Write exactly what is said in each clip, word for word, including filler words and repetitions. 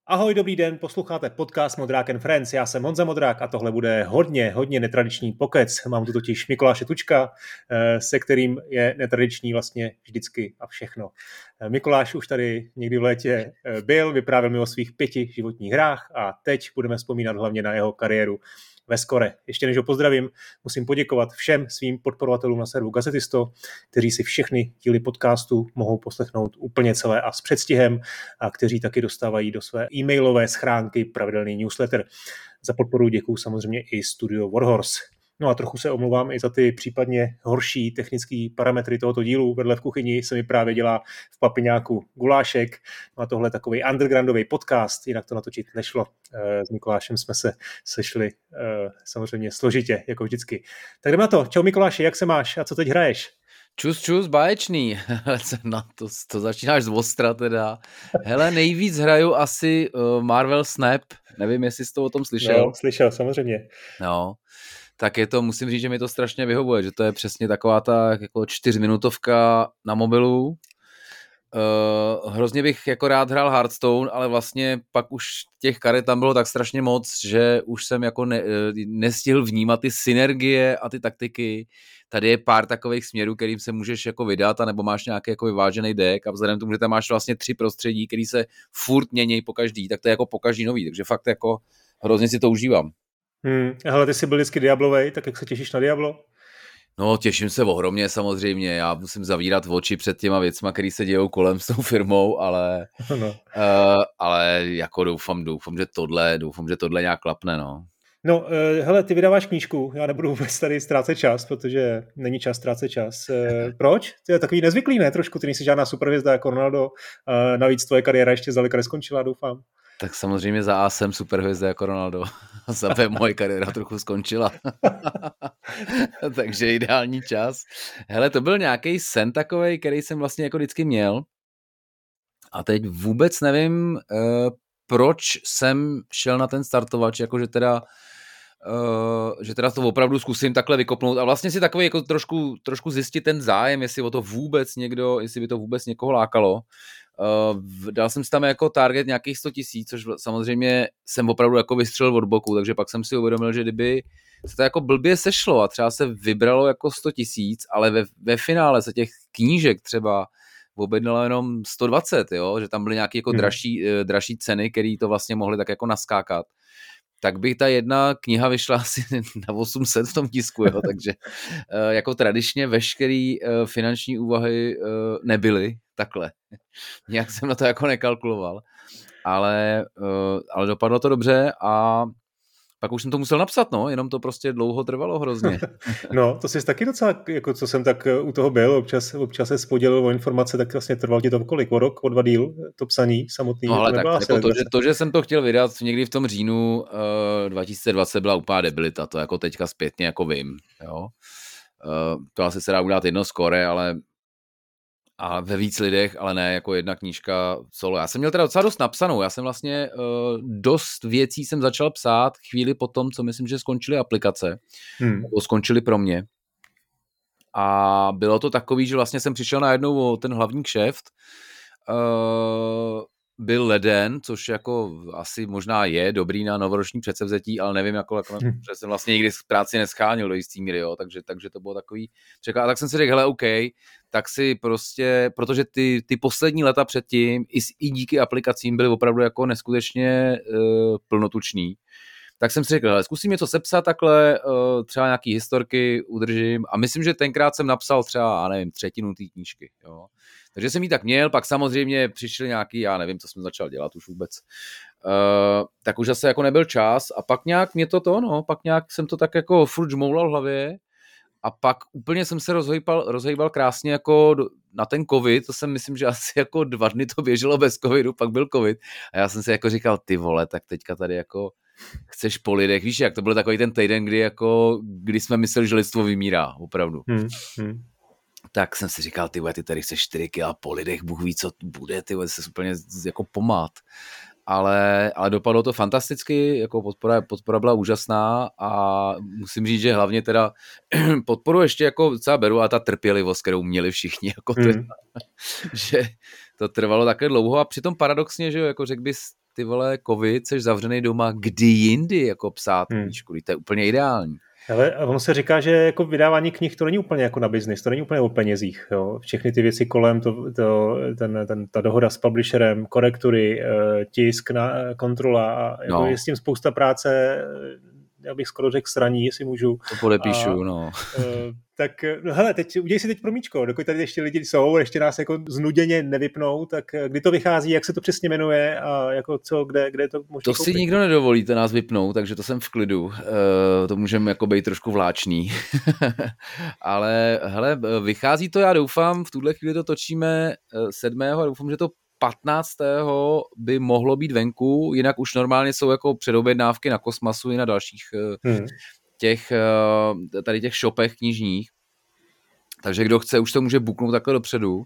Ahoj, dobrý den, posloucháte podcast Modrák and Friends. Já jsem Honza Modrák a tohle bude hodně, hodně netradiční pokec. Mám tu totiž Mikuláše Tučka, se kterým je netradiční vlastně vždycky a všechno. Mikuláš už tady někdy v létě byl, vyprávěl mi o svých pěti životních hrách a teď budeme vzpomínat hlavně na jeho kariéru ve Skore. Ještě než ho pozdravím, musím poděkovat všem svým podporovatelům na serveru Gazetisto, kteří si všechny díly podcastu mohou poslechnout úplně celé a s předstihem a kteří taky dostávají do své e-mailové schránky pravidelný newsletter. Za podporu děkuju samozřejmě i Studio Warhorse. No a trochu se omlouvám i za ty případně horší technické parametry tohoto dílu. Vedle v kuchyni se mi právě dělá v papiňáku gulášek. No a tohle je takový undergroundový podcast, jinak to natočit nešlo. S Mikulášem jsme se sešli samozřejmě složitě, jako vždycky. Tak jdeme na to. Čau Mikuláši, jak se máš a co teď hraješ? Čus, čus, báječný. No, to, to začínáš z ostra teda. Hele, nejvíc hraju asi uh, Marvel Snap. Nevím, jestli jsi to o tom slyšel. No, slyšel, samozřejmě. No, tak je to, musím říct, že mi to strašně vyhovuje, že to je přesně taková ta jako čtyřminutovka na mobilu. Uh, hrozně bych jako rád hrál Hearthstone, ale vlastně pak už těch karet tam bylo tak strašně moc, že už jsem jako ne, nestihl vnímat ty synergie a ty taktiky. Tady je pár takových směrů, kterým se můžeš jako vydat, anebo máš nějaký jako vyvážený deck a vzhledem k tomu, že tam máš vlastně tři prostředí, který se furt mění po každý, tak to je jako po každý nový, takže fakt jako hrozně si to užívám. Hmm, hele, ty jsi byl vždycky Diablovej, tak jak se těšíš na Diablo? No, těším se ohromně samozřejmě, já musím zavírat oči před těma věcma, které se dějou kolem s tou firmou, ale, no. uh, ale jako doufám, doufám, že tohle, doufám, že tohle nějak klapne, no. No, uh, hele, ty vydáváš knížku, já nebudu vůbec tady ztrácet čas, protože není čas ztrácet čas. Uh, proč? Ty je takový nezvyklý, ne? Trošku, ty nejsi žádná superhvězda jako Ronaldo, uh, navíc tvoje kariéra ještě zdaleka neskončila, doufám. Tak samozřejmě za A jsem superhvězda jako Ronaldo. Za B moje kariéra trochu skončila. Takže ideální čas. Hele, to byl nějaký sen takovej, který jsem vlastně jako vždycky měl. A teď vůbec nevím, uh, proč jsem šel na ten startovač, jakože teda Uh, že teda to opravdu zkusím takhle vykopnout a vlastně si takový jako trošku, trošku zjistit ten zájem, jestli o to vůbec někdo, jestli by to vůbec někoho lákalo. Uh, dal jsem si tam jako target nějakých sto tisíc, což samozřejmě jsem opravdu jako vystřelil od boku, takže pak jsem si uvědomil, že kdyby se to jako blbě sešlo a třeba se vybralo jako sto tisíc, ale ve, ve finále se těch knížek třeba objednalo jenom sto dvacet, jo? Že tam byly nějaké jako hmm. dražší, dražší ceny, které to vlastně mohly tak jako naskákat. Tak by ta jedna kniha vyšla asi na osm set v tom tisku, jo, takže jako tradičně veškerý finanční úvahy nebyly takhle. Nějak jsem na to jako nekalkuloval, ale, ale dopadlo to dobře a pak už jsem to musel napsat, no, jenom to prostě dlouho trvalo hrozně. No, to jsi taky docela, jako co jsem tak u toho byl, občas, občas se podělil o informace, tak vlastně trval ti to kolik, o rok, o dva díl, to psaný samotný. No ale tak jako to, že, to, že jsem to chtěl vydat někdy v tom říjnu uh, dva tisíce dvacet byla úplná debilita, to jako teďka zpětně jako vím, jo. Uh, to asi se dá udělat jedno skore, ale a ve víc lidech, ale ne jako jedna knížka solo. Já jsem měl teda docela dost napsanou, já jsem vlastně uh, dost věcí jsem začal psát chvíli po tom, co myslím, že skončily aplikace, hmm. nebo skončily pro mě. A bylo to takový, že vlastně jsem přišel najednou o ten hlavní kšeft, uh, byl leden, což jako asi možná je dobrý na novoroční předsevzetí, ale nevím, jako, jako hmm. že jsem vlastně nikdy práci neschánil do jistý míry, jo, takže, takže to bylo takový čeká. A tak jsem si řekl, hele, OK, tak si prostě, protože ty, ty poslední leta předtím i, i díky aplikacím byly opravdu jako neskutečně uh, plnotuční, tak jsem si řekl, hele, zkusím něco sepsat takhle, uh, třeba nějaký historky udržím a myslím, že tenkrát jsem napsal třeba, já nevím, třetinu té knížky, jo. Takže jsem jí tak měl, pak samozřejmě přišel nějaký, já nevím, co jsem začal dělat už vůbec, uh, tak už zase jako nebyl čas a pak nějak mě to to, no, pak nějak jsem to tak jako furt žmoulal v hlavě a pak úplně jsem se rozhejbal, rozhejbal krásně jako na ten covid, to jsem myslím, že asi jako dva dny to běželo bez covidu, pak byl covid a já jsem si jako říkal, ty vole, tak teďka tady jako chceš po lidech, víš, jak to byl takový ten týden, kdy jako, kdy jsme mysleli, že lidstvo vymírá, opravdu. Hmm, hmm. Tak jsem si říkal, ty vole, ty tady chceš čtyři kila po lidech, Bůh ví, co bude, ty vole, se úplně jako pomát. Ale, ale dopadlo to fantasticky, jako podpora, podpora byla úžasná a musím říct, že hlavně teda podporu ještě jako docela beru a ta trpělivost, kterou měli všichni, jako to, hmm. že to trvalo také dlouho a přitom paradoxně, že jo, jako řekl bys, ty vole, covid, seš zavřený doma, kdy jindy jako psát Hmm. knížku, to je úplně ideální. Ale ono se říká, že jako vydávání knih to není úplně jako na biznis, to není úplně o penězích. Jo? Všechny ty věci kolem, to, to, ten, ten, ta dohoda s publisherem, korektury, tisk, na, kontrola, a jako No. je s tím spousta práce, já bych skoro řekl sraní, jestli můžu. To podepíšu, a, no. Tak no hele, teď, udělej si teď promíčko, dokud tady ještě lidi jsou, ještě nás jako znuděně nevypnou, tak kdy to vychází, jak se to přesně jmenuje a jako co, kde, kde to možná To koupit? si nikdo nedovolí, to nás vypnou, takže to jsem v klidu. Uh, to můžeme jako být trošku vláčný. Ale hele, vychází to, já doufám, v tuhle chvíli to točíme sedmého a doufám, že to patnáctého by mohlo být venku, jinak už normálně jsou jako předobjednávky na Kosmasu i na dalších hmm. těch, tady těch shopech knižních. Takže kdo chce, už to může booknout takhle dopředu.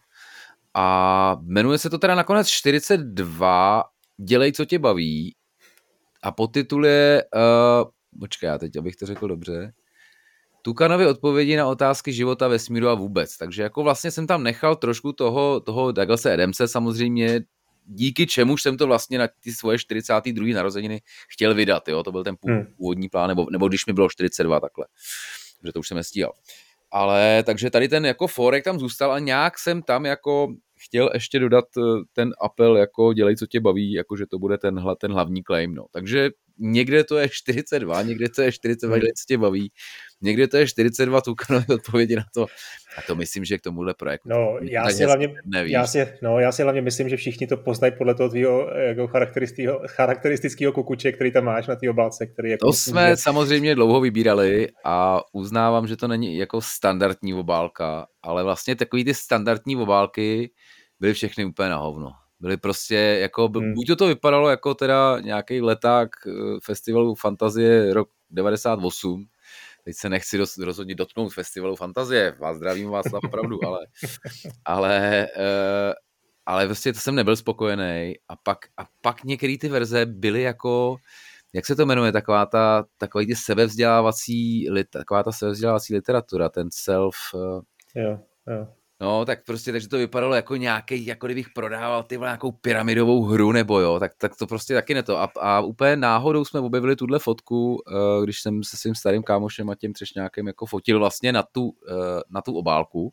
A jmenuje se to teda nakonec čtyřicet dva, dělej, co tě baví. A podtitul je, uh, počkej, já teď, abych to řekl dobře, Tukanovy odpovědi na otázky života, vesmíru a vůbec. Takže jako vlastně jsem tam nechal trošku toho, toho Douglase Adamse samozřejmě, díky čemuž jsem to vlastně na ty svoje čtyřicáté druhé narozeniny chtěl vydat, jo, to byl ten původní plán, nebo, nebo když mi bylo čtyřicet dva takhle, protože to už jsem nestíhal. Ale takže tady ten jako forek tam zůstal a nějak jsem tam jako chtěl ještě dodat ten apel jako dělej, co tě baví, jako že to bude ten, ten hlavní claim, no. Takže někde to je čtyřicet dva, někde to je čtyřicet dva, dělej, co tě baví, někde to je čtyřicet dva Tukanovy odpovědi na to. A to myslím, že k tomuhle projektu. No, já si, hlavně, já, si, no, já si hlavně myslím, že všichni to poznají podle toho tvýho jako charakteristického, charakteristického kukuče, který tam máš na té obálce. Který jako to myslím, jsme že... samozřejmě dlouho vybírali a uznávám, že to není jako standardní obálka, ale vlastně takový ty standardní obálky byly všechny úplně na hovno. Byly prostě jako, hmm. buď to to vypadalo jako teda nějaký leták festivalu Fantazie rok devadesát osm, teď se nechci dost, rozhodně dotknout festivalu Fantazie, vás zdravím, vás na pravdu, ale, ale, uh, ale prostě to jsem nebyl spokojený a pak, a pak některé ty verze byly jako, jak se to jmenuje, taková ta, takový ty sebevzdělávací, taková ta sebevzdělávací literatura, ten self... Uh, jo, jo. No, tak prostě, takže to vypadalo jako nějaký, jako kdybych prodával ty nějakou pyramidovou hru nebo jo, tak, tak to prostě taky ne to. A, a úplně náhodou jsme objevili tuhle fotku, uh, když jsem se svým starým kámošem Matějem Třešňákem jako fotil vlastně na tu, uh, na tu obálku.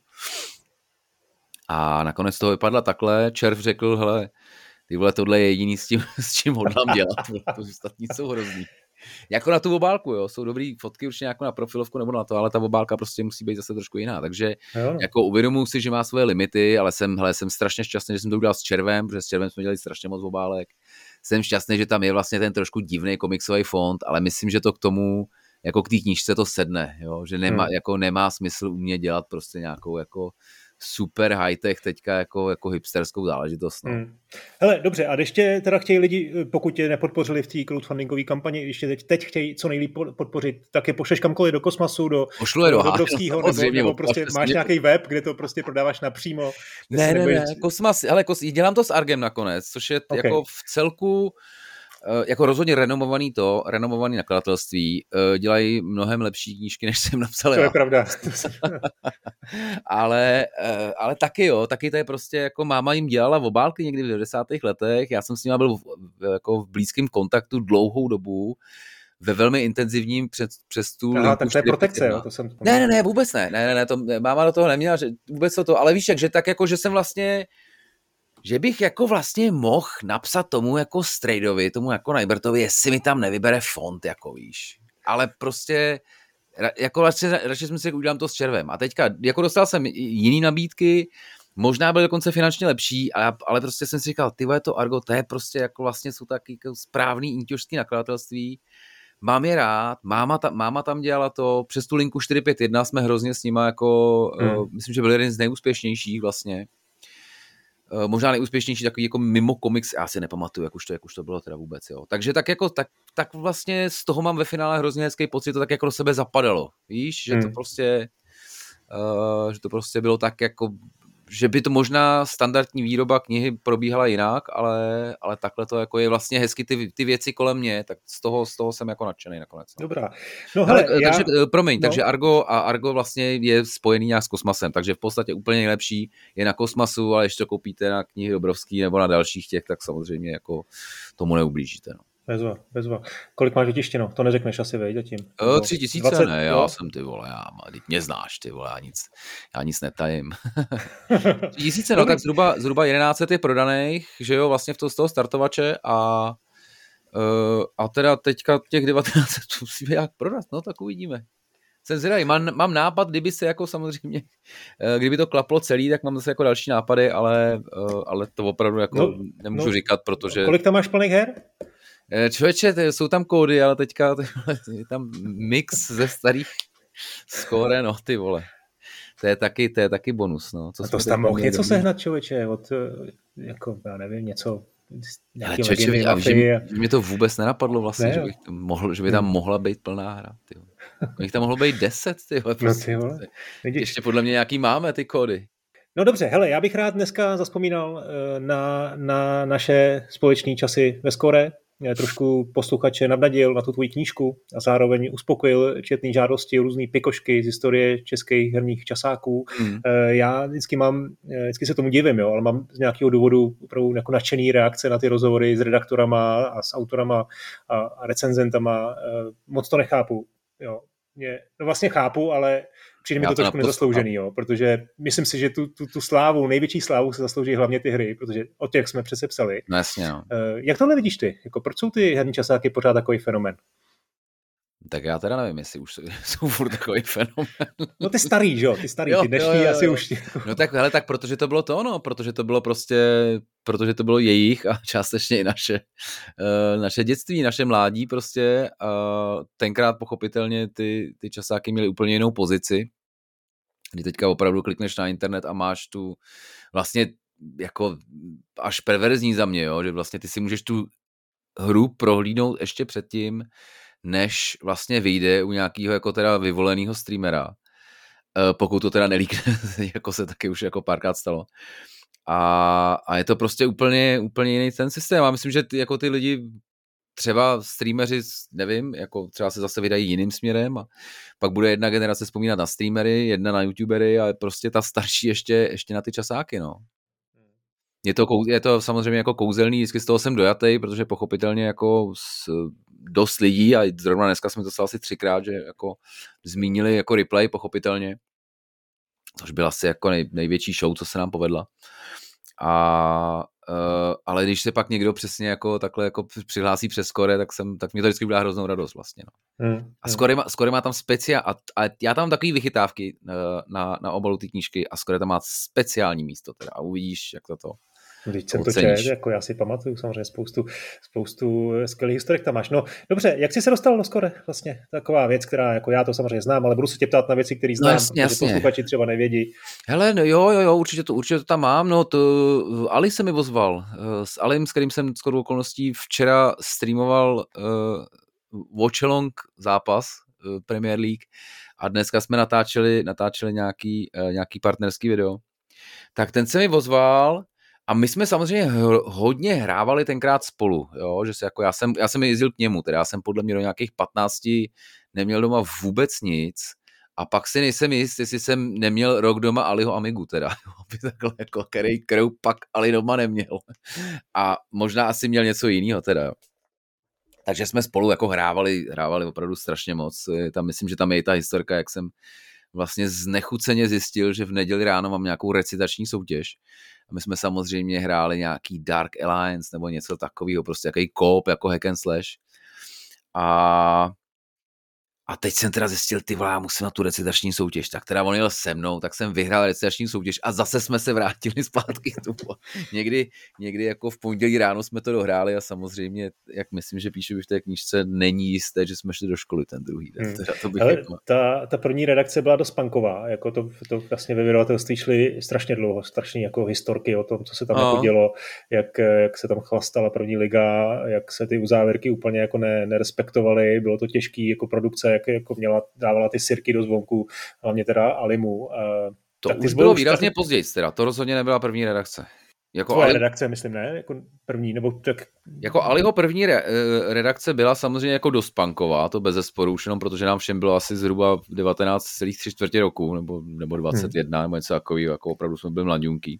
A nakonec to vypadla takhle, Červ řekl, hele, ty vole, tohle je jediný s tím, s čím hodlám dělat, to ostatní jsou hrozný. Jako na tu obálku, jo, jsou dobrý fotky určitě jako na profilovku nebo na to, ale ta obálka prostě musí být zase trošku jiná, takže jo. Jako uvědomuji si, že má svoje limity, ale jsem, hele, jsem strašně šťastný, že jsem to udělal s Červem, protože s Červem jsme dělali strašně moc obálek, jsem šťastný, že tam je vlastně ten trošku divný komiksový fond, ale myslím, že to k tomu, jako k té knížce to sedne, jo, že nemá, hmm. jako nemá smysl u mě dělat prostě nějakou jako super high-tech teďka jako, jako hipsterskou záležitost. No. Hmm. Hele, dobře, a když tě teda chtějí lidi, pokud tě nepodpořili v té crowdfundingové kampani, když tě teď, teď chtějí co nejlíp podpořit, tak je pošleš kamkoliv do Kosmasu, do, do, do Dobrovského, nebo, nebo prostě máš nějaký web, kde to prostě prodáváš napřímo. Ne, ne, ne, Kosmas, hele, kos, dělám to s Argem nakonec, což je okay. Jako v celku jako rozhodně renomovaný to, renomovaný nakladatelství, dělají mnohem lepší knížky, než jsem napsal. To je pravda. ale, ale taky jo, taky to je prostě, jako máma jim dělala obálky někdy v devadesátých letech, já jsem s nima byl v, jako v blízkém kontaktu dlouhou dobu, ve velmi intenzivním před, přes tu... Aha, tak to je protekce, jo, to jsem... Ne, ne, ne, vůbec ne, ne, ne, ne, to, máma do toho neměla, že, vůbec to to, ale víš, jak, že tak jako, že jsem vlastně... že bych jako vlastně mohl napsat tomu jako Strejdovi, tomu jako Najbertovi, jestli mi tam nevybere fond, jako víš. Ale prostě, jako radši, radši jsem si udělal to s Červem. A teďka, jako dostal jsem jiný nabídky, možná byl dokonce finančně lepší, ale, ale prostě jsem si říkal, ty vole, to Argo, to je prostě jako vlastně jsou taky jako správný inťožský nakladatelství. Mám je rád, máma, ta, máma tam dělala to, přes tu linku čtyři pět jedna jsme hrozně s nima jako, hmm. uh, myslím, že byl jeden z nejúspěšnějších vlastně. Možná nejúspěšnější takový jako mimo komiks, já si nepamatuju, jak už to, jak už to bylo teda vůbec, jo. Takže tak jako, tak, tak vlastně z toho mám ve finále hrozně hezký pocit, to tak jako do sebe zapadalo, víš, že hmm. to prostě, uh, že to prostě bylo tak jako, že by to možná standardní výroba knihy probíhala jinak, ale, ale takhle to jako je vlastně hezky ty, ty věci kolem mě, tak z toho, z toho jsem jako nadšený nakonec. No. Dobrá. No hele, hele, já... takže, promiň, no. takže Argo a Argo vlastně je spojený nějak s Kosmasem, takže v podstatě úplně nejlepší je na Kosmasu, ale ještě to koupíte na knihy Dobrovský nebo na dalších těch, tak samozřejmě jako tomu neublížíte. No. Bezva, bezva. Kolik máš vytištěno? To neřekneš asi, vej, zatím. O, tři tisíce, dvacet, ne, já jo? jsem ty vole, já, teď mě znáš, ty vole, já nic, já nic netajím. Tři tisíce, no, tak zhruba, zhruba jedenáct set je prodaných, že jo, vlastně v to, z toho startovače a, uh, a teda teďka těch devatenáct set musíme jak prodat, no, tak uvidíme. Jsem zvědavý, mám, mám nápad, kdyby se jako samozřejmě, kdyby to klaplo celý, tak mám zase jako další nápady, ale, uh, ale to opravdu jako no, nemůžu no, říkat, protože... Kolik tam máš plných her? Člověče, jsou tam kódy, ale teďka je tam mix ze starých skóre, no ty vole. To je taky, to je taky bonus, no. Co a to jsi tam mohl něco sehnat, člověče, od, jako, já nevím, něco... Ale člověče, a... že, že mě to vůbec nenapadlo vlastně, ne, že, bych mohl, že by tam mohla být plná hra, ty vole. Bych tam mohlo být deset, ty vole. Prostě. No, ty vole. Ještě podle mě nějaký máme ty kódy. No dobře, hele, já bych rád dneska zazpomínal na, na naše společné časy ve Skóre. Trošku posluchače navnadil na tu tvoji knížku a zároveň uspokojil četný žádosti, různý pikošky z historie českých herních časáků. Mm. Já vždycky mám, vždycky se tomu divím, jo, ale mám z nějakého důvodu opravdu jako nadšený reakce na ty rozhovory s redaktorama a s autorama a, a recenzentama. Moc to nechápu. Jo. Mě, no vlastně chápu, ale přijde mi to, to trošku nezasloužený, jo, protože myslím si, že tu, tu, tu slávu, největší slávu se zaslouží hlavně ty hry, protože o těch jsme přece psali. No jasně, no. Jak tohle vidíš ty? Jako, proč jsou ty herní časáky pořád takový fenomén? Tak já teda nevím, jestli už jsou furt takový fenomén. No ty starý, že jo, ty starý, jo, ty dnešní jo, jo, jo. asi už... No tak, hele, tak protože to bylo to, no, protože to bylo prostě, protože to bylo jejich a částečně i naše, uh, naše dětství, naše mládí prostě. Uh, tenkrát pochopitelně ty, ty časáky měly úplně jinou pozici, kdy teďka opravdu klikneš na internet a máš tu vlastně jako až perverzní za mě, jo, že vlastně ty si můžeš tu hru prohlídnout ještě předtím, než vlastně vyjde u nějakého jako teda vyvoleného streamera, pokud to teda nelíkne, jako se taky už jako párkrát stalo. A, a je to prostě úplně, úplně jiný ten systém. A myslím, že ty, jako ty lidi, třeba streameři, nevím, jako třeba se zase vydají jiným směrem a pak bude jedna generace vzpomínat na streamery, jedna na youtubery a prostě ta starší ještě, ještě na ty časáky, no. Je to, je to samozřejmě jako kouzelný, vždycky z toho jsem dojatej, protože pochopitelně jako s dost lidí, a zrovna dneska jsme to stali asi třikrát, že jako zmínili jako replay, pochopitelně, což byl asi jako nej, největší show, co se nám povedla. A, uh, ale když se pak někdo přesně jako takhle jako přihlásí přes Skóre, tak, jsem, tak mě to vždycky udělá hroznou radost vlastně. No. Hmm, a Skóre má, Skóre má tam speciál, a, a já tam mám takový vychytávky uh, na, na obalu té knížky a Skóre tam má speciální místo teda a uvidíš, jak to to Když jsem to čet, jako já si pamatuju samozřejmě spoustu, spoustu skvělých historik tam máš. No dobře, jak jsi se dostal do Skóre vlastně? Taková věc, která jako já to samozřejmě znám, ale budu se tě ptát na věci, které znám, no, jasně, protože posluchači třeba nevědí. Hele, no jo, jo, jo, určitě to, určitě to tam mám, no to Ali se mi ozval. S Alim, s kterým jsem shodou okolností včera streamoval uh, watch-along zápas uh, Premier League a dneska jsme natáčeli, natáčeli nějaký, uh, nějaký partnerský video. Tak ten se mi ozval. A my jsme samozřejmě hodně hrávali tenkrát spolu, jo, že se jako já jsem, já jsem jezdil k němu, teda já jsem podle mě do nějakých patnácti neměl doma vůbec nic a pak si nejsem jist, jestli jsem neměl rok doma Aliho Amigu, teda, jo, takhle jako, který, kterou pak Ali doma neměl a možná asi měl něco jiného, teda, jo. Takže jsme spolu jako hrávali, hrávali opravdu strašně moc, tam myslím, že tam je i ta historka, jak jsem vlastně znechuceně zjistil, že v neděli ráno mám nějakou recitační soutěž. A my jsme samozřejmě hráli nějaký Dark Alliance nebo něco takového, prostě jaký kóp, jako hack and slash. A, a teď jsem teda zjistil, ty vole, já musím na tu recitační soutěž. Tak teda on jel se mnou, tak jsem vyhrál recitační soutěž a zase jsme se vrátili zpátky k tomu. Někdy, někdy jako v pondělí ráno jsme to dohráli a samozřejmě, jak myslím, že píšu v té knížce, není jisté, že jsme šli do školy ten druhý den. Hmm. Teda to bych Ale jako... ta, ta první redakce byla dost punková, jako to, to vlastně ve vydavatelství šly strašně dlouho, strašně jako historky o tom, co se tam jako dělo, jak, jak se tam chlastala první liga, jak se ty uzávěrky úplně jako ne, nerespektovaly, bylo to těžký jako produkce, jak jako měla, dávala ty sirky do zvonku, hlavně teda Alimu. To už bylo výrazně později, teda. To rozhodně nebyla první redakce. Jako Tvoje Ali... redakce, myslím, ne? Jako první, nebo tak... Jako Aliho první re, redakce byla samozřejmě jako dost punková, to bezesporu, už jenom protože nám všem bylo asi zhruba devatenáct celá tři čtvrtě roku, nebo, nebo dvacet jedna, hmm. nebo něco takového, jako opravdu jsme byli mladňunky.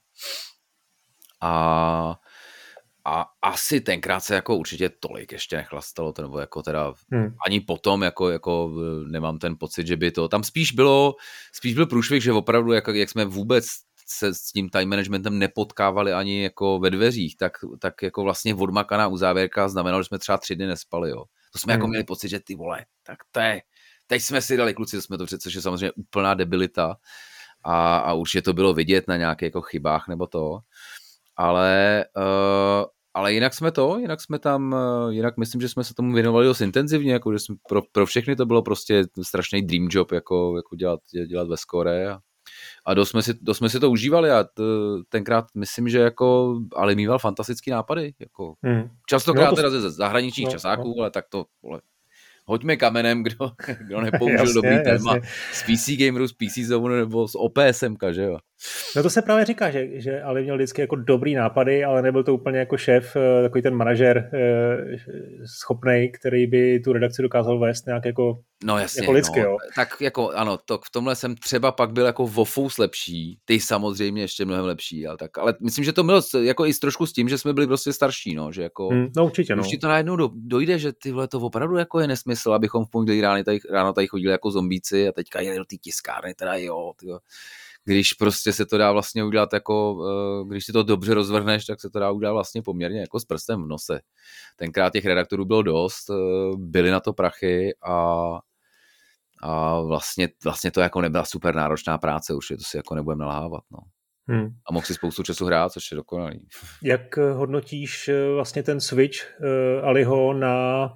A, a asi tenkrát se jako určitě tolik ještě nechlastalo, to, nebo jako teda hmm. ani potom, jako, jako nemám ten pocit, že by to, tam spíš bylo, spíš byl průšvih, že opravdu, jak, jak jsme vůbec se s tím time managementem nepotkávali ani jako ve dveřích, tak, tak jako vlastně odmakaná uzávěrka znamenalo, že jsme třeba tři dny nespali, jo. To jsme hmm. jako měli pocit, že ty vole, tak to je, teď jsme si dali kluci, jsme to přece, že samozřejmě úplná debilita a, a určitě to bylo vidět na nějakých jako chybách nebo to, ale, uh, ale jinak jsme to, jinak jsme tam, uh, jinak myslím, že jsme se tomu věnovali dost intenzivně, jako že jsme pro, pro všechny to bylo prostě strašný dream job, jako, jako dělat, dělat ve Score a A dost jsme, si, dost jsme si to užívali a t, tenkrát myslím, že jako Ale mýval fantastický nápady. Jako hmm. Častokrát no to... teda ze zahraničních no, časáků, no. ale tak to vole, hoďme kamenem, kdo, kdo nepoužil jasně, dobrý jasně. téma z P C Gameru, z P C Zone nebo z O P S M ka, že jo? No to se právě říká, že, že Ale měl vždycky jako dobrý nápady, ale nebyl to úplně jako šéf, takový ten manažer schopnej, který by tu redakci dokázal vést nějak jako, no jasně, jako lidsky, no. jo. Tak jako ano, to, v tomhle jsem třeba pak byl jako vofous lepší, ty samozřejmě ještě mnohem lepší, ale, tak, ale myslím, že to bylo jako i trošku s tím, že jsme byli prostě starší, no, že jako hmm, no určitě, no. Už ti to najednou do, dojde, že tyhle to opravdu jako je nesmysl, abychom v pondělí ráno tady, ráno tady chodili jako zombíci a teďka jeli do té tiskárny, teda jo, tyjo. Když prostě se to dá vlastně udělat jako, když si to dobře rozvrhneš, tak se to dá udělat vlastně poměrně jako s prstem v nose. Tenkrát těch redaktorů bylo dost, byly na to prachy a, a vlastně, vlastně to jako nebyla super náročná práce, už je to si jako nebudeme nalhávat, no. Hmm. A mohl si spoustu času hrát, což je dokonalý. Jak hodnotíš vlastně ten switch uh, Aliho na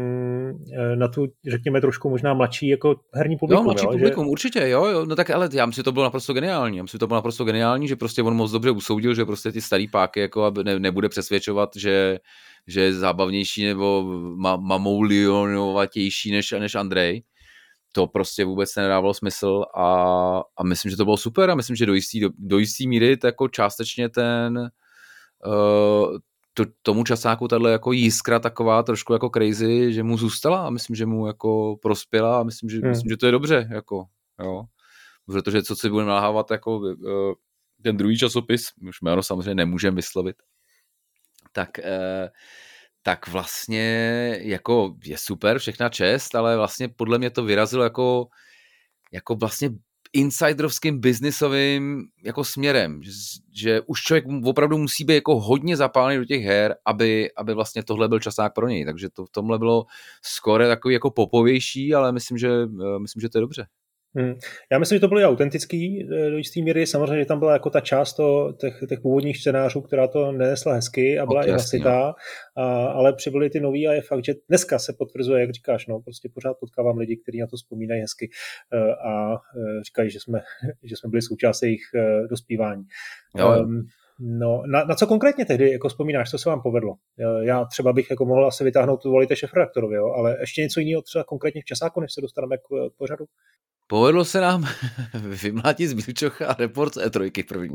na tu, řekněme, trošku možná mladší jako herní publikum. Jo, mladší jo, publikum, že... určitě, jo, jo, no tak ale já myslím, že to bylo naprosto geniální, já myslím, že to bylo naprosto geniální, že prostě on moc dobře usoudil, že prostě ty starý páky jako ne, nebude přesvědčovat, že, že je zábavnější nebo ma, mamoulionovatější než, než Andrej. To prostě vůbec nedávalo smysl a, a myslím, že to bylo super a myslím, že do jistý, do, do jistý míry to jako částečně ten uh, To, tomu časáku tahle jako jiskra taková trošku jako crazy, že mu zůstala a myslím, že mu jako prospěla a myslím, že, hmm. myslím, že to je dobře, jako, jo. Protože co si budeme nalhávat, jako ten druhý časopis, už jméno samozřejmě nemůžeme vyslovit, tak, tak vlastně jako je super, všechna čest, ale vlastně podle mě to vyrazilo jako, jako vlastně insiderovským biznisovým jako směrem, že, že už člověk opravdu musí být jako hodně zapálený do těch her, aby, aby vlastně tohle byl časák pro něj, takže to v tomhle bylo skoro takový jako popovější, ale myslím, že, myslím, že to je dobře. Hmm. Já myslím, že to bylo i autentický do jisté míry, samozřejmě, že tam byla jako ta část to, těch, těch původních scénářů, která to nenesla hezky a byla i hlasitá, a, ale přibyly ty nový a je fakt, že dneska se potvrzuje, jak říkáš, no, prostě pořád potkávám lidi, kteří na to vzpomínají hezky a říkají, že jsme, že jsme byli součástí jejich dospívání. Um, no, na, na co konkrétně tehdy jako vzpomínáš, co se vám povedlo? Já třeba bych jako mohl asi vytáhnout tu volíte šefredaktorovi, jo, ale ještě něco jiného třeba konkrétně v časáku, než se dostaneme k pořadu? Povedlo se nám vymlátit z Bílčocha a report z E tři první.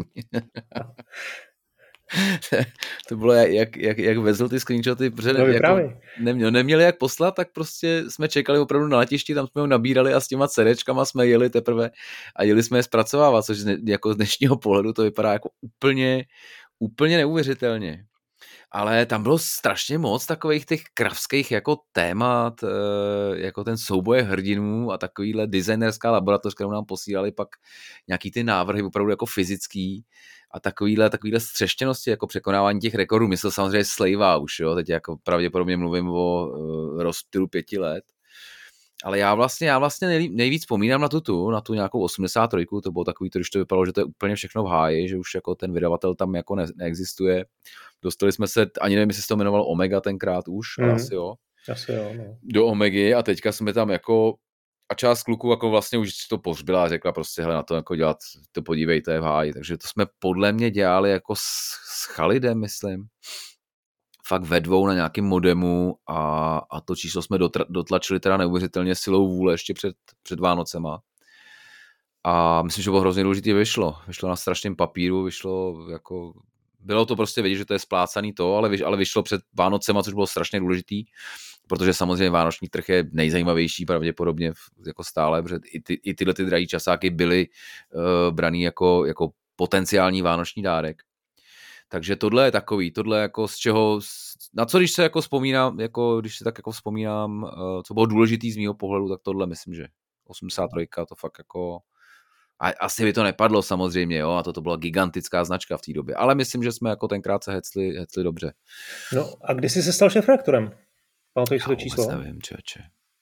To bylo jak, jak, jak vezl ty screenshoty, protože no, jako neměli, neměli jak poslat, tak prostě jsme čekali opravdu na letišti, tam jsme ho nabírali a s těma cerečkama jsme jeli teprve a jeli jsme je zpracovávat, což jako z dnešního pohledu to vypadá jako úplně, úplně neuvěřitelně. Ale tam bylo strašně moc takových těch kravských jako témat, jako ten souboje hrdinů a takovýhle designerská laboratoř, kterou nám posílali pak nějaký ty návrhy opravdu jako fyzický a takovýhle, takovýhle střeštěnosti, jako překonávání těch rekordů. Myslel samozřejmě Slavea už, jo, teď jako pravděpodobně mluvím o uh, rozptylu pěti let. Ale já vlastně, já vlastně nejvíc vzpomínám na tu, tu, na tu nějakou osmdesát tři, to bylo takový, to, když to vypadalo, že to je úplně všechno v háji, že už jako ten vydavatel tam jako ne, neexistuje. Dostali jsme se, ani nevím, jestli se to jmenovalo Omega tenkrát už, mm. ale asi jo. Asi jo, no. Do Omegy a teďka jsme tam jako, a část kluků jako vlastně už to pohřbila a řekla prostě, hele, na to jako dělat, to podívejte, je v háji. Takže to jsme podle mě dělali jako s, s Chalidem, myslím. Fakt ve dvou na nějakém modemu a, a to číslo jsme dotr- dotlačili teda neuvěřitelně silou vůle ještě před, před Vánocema. A myslím, že bylo hrozně důležitý, vyšlo. Vyšlo na strašném papíru, vyšlo jako... Bylo to prostě vidět, že to je splácaný to, ale, vyš, ale vyšlo před Vánocema, což bylo strašně důležitý, protože samozřejmě vánoční trh je nejzajímavější pravděpodobně jako stále, protože i, ty, i tyhle ty drahý časáky byly uh, braný jako, jako potenciální vánoční dárek. Takže tohle je takový, tohle jako z čeho, na co když se jako vzpomínám, jako když se tak jako vzpomínám, uh, co bylo důležitý z mýho pohledu, tak tohle myslím, že osmdesát tři to fakt jako... A asi by to nepadlo samozřejmě, jo, a toto byla gigantická značka v té době, ale myslím, že jsme jako tenkrát se hecli, hecli dobře. No a kdy jsi se stal šéfredaktorem? Pamatuješ si to číslo? Já nevím, čoče.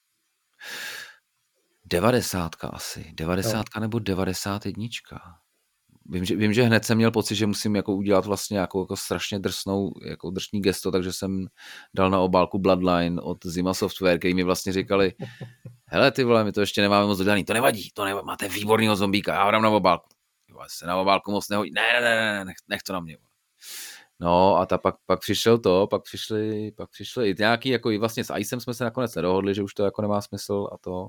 devadesátka asi, devadesátka no. Nebo devadesát jednička. Vím že, vím, že hned jsem měl pocit, že musím jako udělat vlastně jako, jako strašně drsnou, jako drsný gesto, takže jsem dal na obálku Bloodline od Zima Software, který mi vlastně říkali, hele ty vole, my to ještě nemáme moc dodaný, to nevadí, to nevadí, máte výbornýho zombíka, já ho dám na obálku. Se na obálku moc nehodí, ne, ne, ne, ne, nech, nech to na mě. No a ta pak, pak přišel to, pak přišli, pak přišli i nějaký, jako i vlastně s Icem jsme se nakonec nedohodli, že už to jako nemá smysl a to.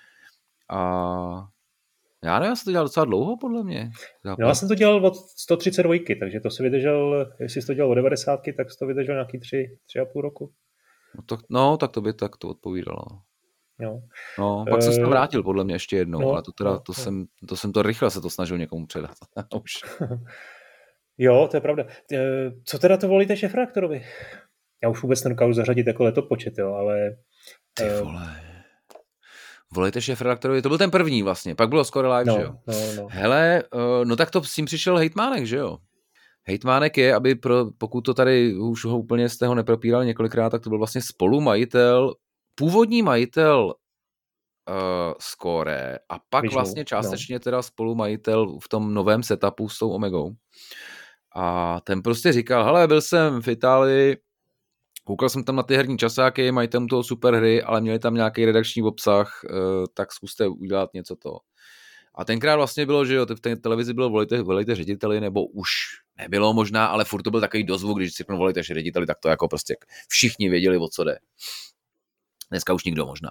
A já nevím, já jsem to dělal docela dlouho, podle mě. No, já jsem to dělal od sto třicet dva, takže to si vydržel, jestli jsi to dělal od devadesátky, tak jsi to vydržel nějaký tři, tři a půl roku. No, to, no tak to by tak to odpovídalo. Jo. No, pak jsem se to vrátil podle mě ještě jednou, no, ale to teda, to, no. jsem, to jsem to rychle se to snažil někomu předat. Už. Jo, to je pravda. Co teda to volíte šéfredaktorovi? Já už vůbec nedokážu zařadit jako letopočet, jo, ale... Ty vole... Volejte šéfredaktorovi, to byl ten první vlastně, pak bylo skoro live, no, že jo? No, no. Hele, no tak to s tím přišel hejtmánek, že jo? Hejtmánek je, aby pro, pokud to tady už ho úplně z toho nepropíral několikrát, tak to byl vlastně spolumajitel, původní majitel uh, Score a pak Vyžnou, vlastně částečně no. teda spolumajitel v tom novém setupu s tou Omegou. A ten prostě říkal, hele, byl jsem v Itálii, koukal jsem tam na ty herní časáky, mají tam toho super hry, ale měli tam nějaký redakční obsah, tak zkuste udělat něco to. A tenkrát vlastně bylo, že jo, v té televizi bylo volejte, volejte řediteli, nebo už nebylo možná, ale furt to byl takový dozvuk, když si volejte řediteli, tak to jako prostě všichni věděli, o co jde. Dneska už nikdo možná.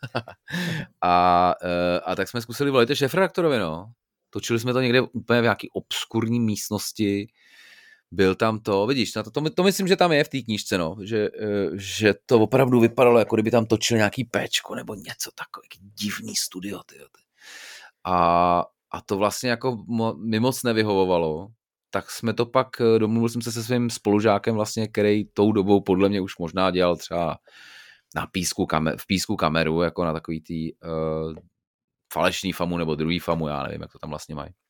a, a tak jsme zkusili volejte šéfredaktorovi, no. Točili jsme to někde úplně v nějaký obskurní místnosti, byl tam to, vidíš, to, to, to myslím, že tam je v té knížce, no, že, že to opravdu vypadalo, jako kdyby tam točil nějaký péčko nebo něco takové, divný studio, tyjo. A, a to vlastně jako mi moc nevyhovovalo, tak jsme to pak, domluvil jsem se se svým spolužákem vlastně, který tou dobou podle mě už možná dělal třeba na písku kamer, v písku kameru, jako na takový tý uh, falešný famu nebo druhý famu, já nevím, jak to tam vlastně mají.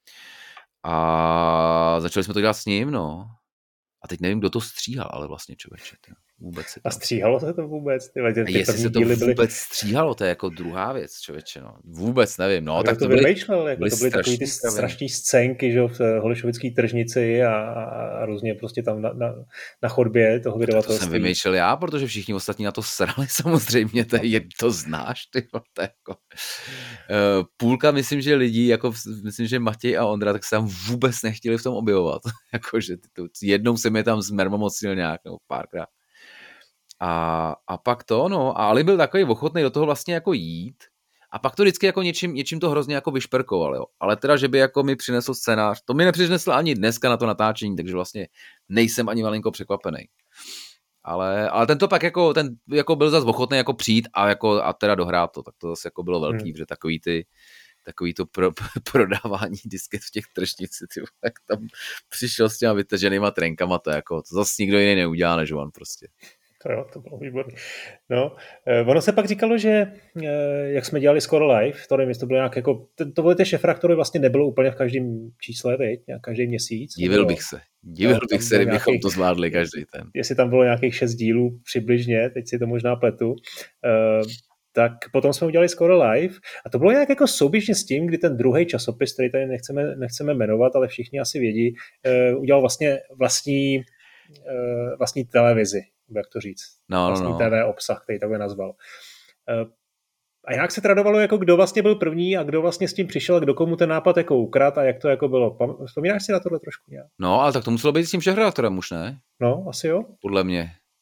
A začali jsme to dělat s ním, no. A teď nevím, kdo to stříhal, ale vlastně člověče, tě, vůbec se to... A stříhalo se to vůbec? Ty, ty, ty jestli se to vůbec byly... stříhalo, to je jako druhá věc, člověče, no. Vůbec nevím, no. A tak to, to byly, vymýšlel, jako byly to byly takový ty strašný scénky, že v Holešovické tržnici a, a, a různě prostě tam na, na, na chodbě toho vydavatelství. To jsem vymýšlel já, protože všichni ostatní na to srali samozřejmě, to, je, to znáš, ty, to je jako... Uh, půlka, myslím, že lidí, jako myslím, že Matěj a Ondra, tak se tam vůbec nechtěli v tom objevovat. Jakože jednou jsem je tam zmermomocnil nějak, nebo párkrát. A, a pak to, no, a Ali byl takový ochotný do toho vlastně jako jít a pak to vždycky jako něčím, něčím to hrozně jako vyšperkoval, jo. Ale teda, že by jako mi přinesl scénář, to mi nepřinesl ani dneska na to natáčení, takže vlastně nejsem ani malinko překvapený. Ale, ale ten to pak jako, ten jako byl zase ochotný jako přijít a, jako, a teda dohrát to, tak to zase jako bylo velký, hmm. protože takový ty takový to pro, prodávání disket v těch tržnici, ty, jak tam přišel s těma vytaženýma trenkama, to jako, to zase nikdo jiný neudělá, než on prostě. To jo, to bylo výborné. No, ono se pak říkalo, že jak jsme dělali skoro live, to nevím, to bylo nějak jako, to byly ty šéfredaktory vlastně nebylo úplně v každém čísle, veď, nějak každý měsíc. Divil bych se, divil no, bych se, kdybychom to zvládli každý ten. Jestli tam bylo nějakých šest dílů přibližně, teď si to možná pletu, tak potom jsme udělali skoro live a to bylo nějak jako souběžně s tím, kdy ten druhý časopis, který tady nechceme, nechceme jmenovat, ale všichni asi vědí, udělal vlastně vlastní, vlastní televizi, jak to říct, no, vlastní no, no. T V obsah, který takhle nazval. A jak se tradovalo, jako kdo vlastně byl první a kdo vlastně s tím přišel, kdo komu ten nápad jako ukradl a jak to jako bylo. Vzpomínáš si na tohle trošku nějak? No, ale tak to muselo být s tím šéfredaktorem už, ne? No, asi jo. Podle mě.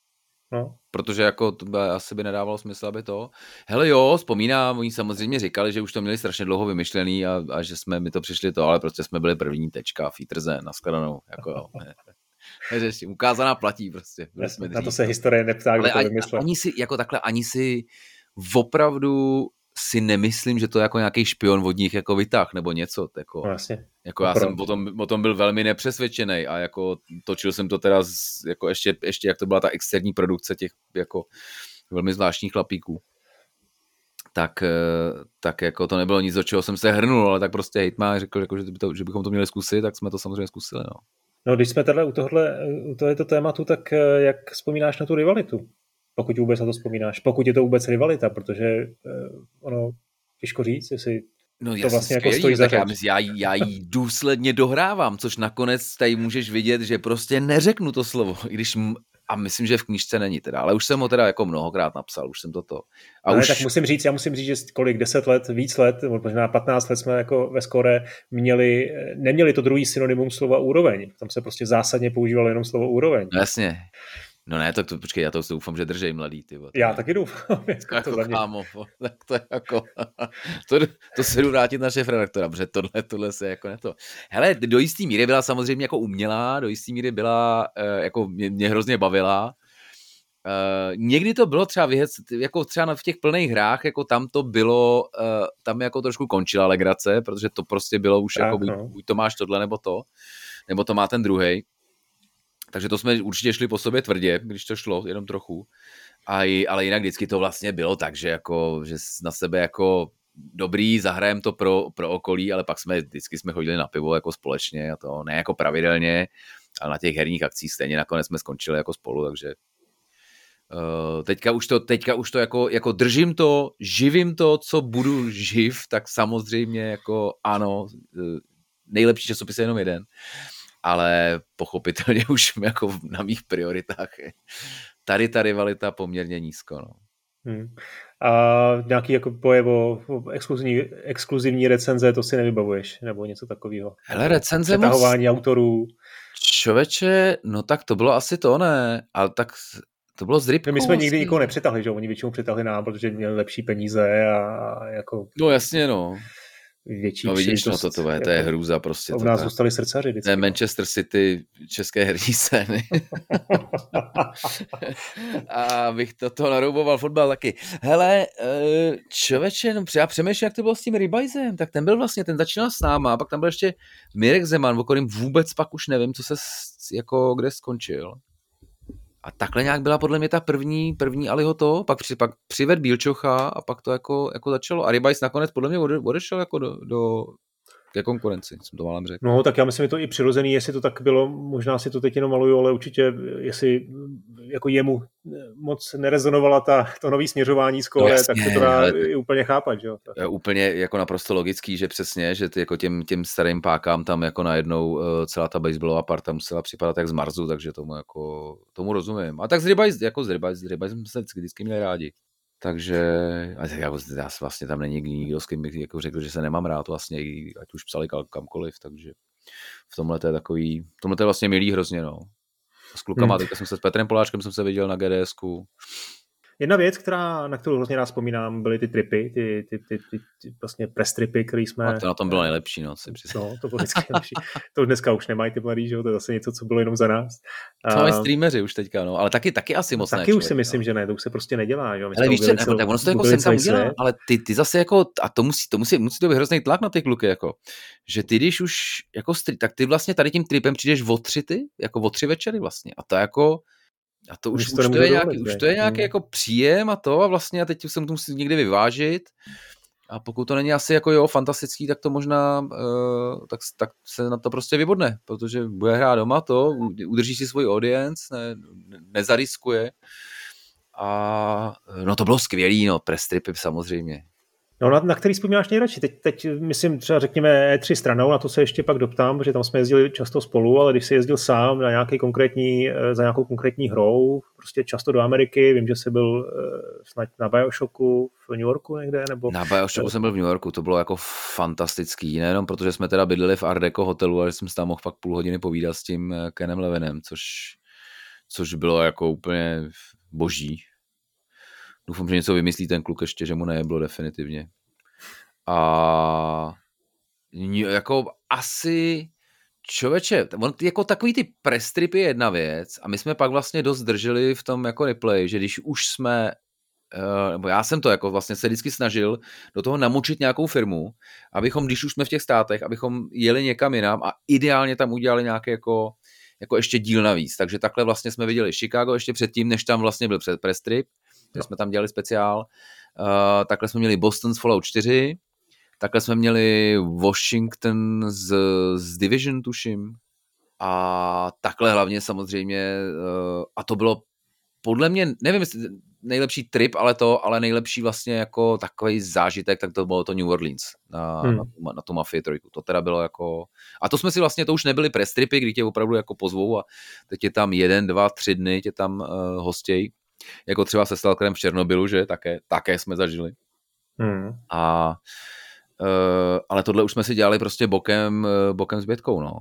No. Protože jako to by, asi by nedávalo smysl, aby to... Hele jo, vzpomínám, oni samozřejmě říkali, že už to měli strašně dlouho vymyšlený a, a že jsme mi to přišli to, ale prostě jsme byli první tečka, Fítrze, nashledanou, jako jo. Neřeši, ukázaná platí prostě. Jasně, na to se historie neptá, kdo to vymyslel. Ani si, jako takhle, ani si opravdu si nemyslím, že to jako nějaký špion od nich jako vytah nebo něco. Jako, no, jasně. jako já jsem o tom, o tom byl velmi nepřesvědčený a jako točil jsem to teda z, jako ještě, ještě, jak to byla ta externí produkce těch jako velmi zvláštních chlapíků. Tak, tak jako to nebylo nic, do čeho jsem se hrnul, ale tak prostě hejtman řekl, jako, že, by to, že bychom to měli zkusit, tak jsme to samozřejmě zkusili. No. No, když jsme tady u tohohle, u tohoto tématu, tak jak vzpomínáš na tu rivalitu? Pokud vůbec na to vzpomínáš. Pokud je to vůbec rivalita, protože ono, těžko říct, jestli no, to vlastně jako stojí za já, já, já jí důsledně dohrávám, což nakonec tady můžeš vidět, že prostě neřeknu to slovo, i když a myslím, že v knížce není teda, ale už jsem ho teda jako mnohokrát napsal, už jsem toto. A ale už... tak musím říct, já musím říct, že kolik, deset let, víc let, možná patnáct let jsme jako ve skóre měli, neměli to druhý synonymum slova úroveň. Tam se prostě zásadně používalo jenom slovo úroveň. No jasně. No ne, tak to počkej, já to doufám, že držej mladý, ty. Já taky doufám. Jako, jako to kámo, tak to je jako, to, to se jdu vrátit na šéfredaktora, protože tohle, tohle se jako ne to. Hele, do jistý míry byla samozřejmě jako umělá, do jistý míry byla, jako mě, mě hrozně bavila. Uh, někdy to bylo třeba věc, jako třeba v těch plných hrách, jako tam to bylo, uh, tam jako trošku končila legrace, protože to prostě bylo už tak, jako, buď, no. buď to máš tohle, nebo to, nebo to má ten druhej. Takže to jsme určitě šli po sobě tvrdě, když to šlo, jenom trochu. A, ale jinak vždycky to vlastně bylo tak, že, jako, že na sebe jako dobrý, zahrajem to pro, pro okolí, ale pak jsme vždycky jsme chodili na pivo jako společně a to ne jako pravidelně, ale na těch herních akcích stejně nakonec jsme skončili jako spolu, takže uh, teďka už to, teďka už to jako, jako držím to, živím to, co budu živ, tak samozřejmě jako ano, nejlepší časopis je jenom jeden. Ale pochopitelně už jako na mých prioritách je tady ta rivalita poměrně nízko. No. Hmm. A nějaký jako boje o exkluzivní, exkluzivní recenze, to si nevybavuješ? Nebo něco takového? Hele, recenze přetahování moc... autorů. Člověče, no tak to bylo asi to, ne? Ale tak to bylo z rybkou. My jsme nikdy nikoho nepřetahli, že? Oni většinou přetahli nám, protože měli lepší peníze a jako... No jasně, no. Větší no vidíš, no to, to, je, to je hrůza prostě. U nás zůstali srdcaři vždycky. To je Manchester City české herní scény. A bych to toho narouboval fotbal taky. Hele, člověče, no, já přemýšlím, jak to bylo s tím Rybajzem, tak ten byl vlastně, ten začínal s náma, a pak tam byl ještě Mirek Zeman, o kterém vůbec pak už nevím, co se jako kde skončil. A takhle nějak byla podle mě ta první, první Aliho to, pak, při, pak přived Bílčocha a pak to jako, jako začalo. A Rybajs nakonec podle mě ode, odešel jako do, do ke konkurenci, jsem to málem řekl. No, tak já myslím, že to i přirozený, jestli to tak bylo, možná si to teď jenom maluju, ale určitě, jestli jako jemu moc nerezonovala ta, to nový směřování skóre, no tak se to dá i úplně chápat, že jo. Je úplně jako naprosto logický, že přesně, že ty jako těm, těm starým pákám tam jako najednou uh, celá ta baseballová parta musela připadat jak z Marsu, takže tomu jako, tomu rozumím. A tak z Rybajs, jako z Rybajs, z Rybajs jsme se vždycky, vždycky měli rádi. Takže jako, já vlastně tam není nikdo, s kým bych jako řekl, že se nemám rád vlastně, ať už psali kamkoliv, takže v tomhle to je takový, v tomhle to je vlastně milý hrozně, no. S klukama, hmm. teďka jsem se s Petrem Poláčkem jsem se viděl na GDSku. Jedna věc, která, na kterou hrozně rád vzpomínám, byly ty tripy, ty, ty, ty, ty, ty vlastně press tripy, který jsme... A to na tom bylo nejlepší, no. No, to bylo vždycky nejlepší. To dneska už nemají ty mladí, že jo, to je zase něco, co bylo jenom za nás. To mají streameři už teďka, no, ale taky, taky asi moc taky ne. Taky už si myslím, no. že ne, to už se prostě nedělá, jo. Ale víš, co, tak ono se to jako sem tam udělá, ale ty, ty zase jako, a to musí, to musí, musí to být hrozný tlak na ty kluky, jako, že ty, když už jako, tak ty vlastně tady tím tripem přijdeš o tři ty, jako o tři večery vlastně, a to jako A to už, už, to, už to je nějaký, dovolit, už to je nějaký jako příjem a to a vlastně a teď se to musí někdy vyvážit a pokud to není asi jako jo fantastický, tak to možná uh, tak, tak se na to prostě vybodne, protože bude hrát doma to, udrží si svůj audience, ne, nezariskuje a no to bylo skvělý, no press tripy samozřejmě. No, na, na který vzpomínáš nejradši? Teď, teď myslím třeba řekněme E tři stranou, na to se ještě pak doptám, protože tam jsme jezdili často spolu, ale když jsi jezdil sám na nějaký konkrétní, za nějakou konkrétní hrou, prostě často do Ameriky, vím, že jsi byl snad na BioShocku v New Yorku někde, nebo... Na BioShocku jsem byl v New Yorku, to bylo jako fantastický, nejenom protože jsme teda bydleli v Art Deco hotelu, ale jsem se tam mohl fakt půl hodiny povídat s tím Kenem Levinem, což, což bylo jako úplně boží. Doufám, že něco vymyslí ten kluk ještě, že mu nejeblo definitivně. A jako asi člověče, on, jako takový ty press tripy je jedna věc a my jsme pak vlastně dost drželi v tom jako replay, že když už jsme nebo já jsem to jako vlastně se vždycky snažil do toho namočit nějakou firmu, abychom, když už jsme v těch státech, abychom jeli někam jinam a ideálně tam udělali nějaký jako, jako ještě díl navíc. Takže takhle vlastně jsme viděli Chicago ještě předtím, než tam vlastně byl press trip, kde jsme tam dělali speciál. Uh, takhle jsme měli Boston z Fallout čtyři, takhle jsme měli Washington z, z Division, tuším. A takhle hlavně samozřejmě, uh, a to bylo podle mě, nevím, jestli nejlepší trip, ale to, ale nejlepší vlastně jako takový zážitek, tak to bylo to New Orleans na, hmm. na, tu, na tu Mafii trojku. To teda bylo jako, a to jsme si vlastně, to už nebyly press tripy, kdy tě opravdu jako pozvou a teď je tam jeden, dva, tři dny tě tam uh, hostěj, jako třeba se Stalkerem v Černobylu, že také, také jsme zažili. Hmm. A uh, ale tohle už jsme si dělali prostě bokem, uh, bokem s Bětkou, no.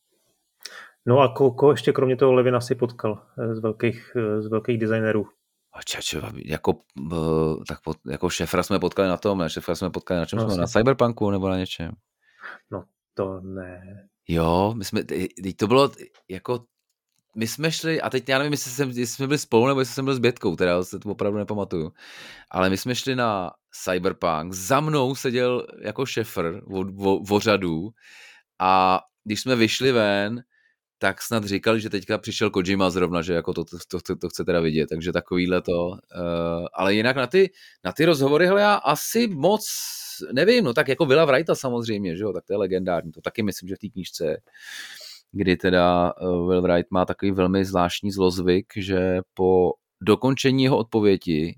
No a koho ještě kromě toho Levina si potkal z velkých, z velkých designérů? Čače, jako, tak pod, jako Šefra jsme potkali na tom, ne? Šefra jsme potkali na čem no, jsme? Na Cyberpunku nebo na něčem? No to ne. Jo, my jsme, to bylo jako, my jsme šli, a teď já nevím, jestli, jsem, jestli jsme byli spolu, nebo jestli jsem byl s Bětkou, teda se to opravdu nepamatuju, ale my jsme šli na Cyberpunk, za mnou seděl jako Šefr o řadu a když jsme vyšli ven, tak snad říkali, že teďka přišel Kojima zrovna, že jako to, to, to, to chce teda vidět, takže takovýhle to. Uh, ale jinak na ty, na ty rozhovory, hele, já asi moc nevím, no tak jako Willa Wrighta samozřejmě, že jo, tak to je legendární, to taky myslím, že v té knížce, kdy teda uh, Will Wright má takový velmi zvláštní zlozvyk, že po dokončení jeho odpovědi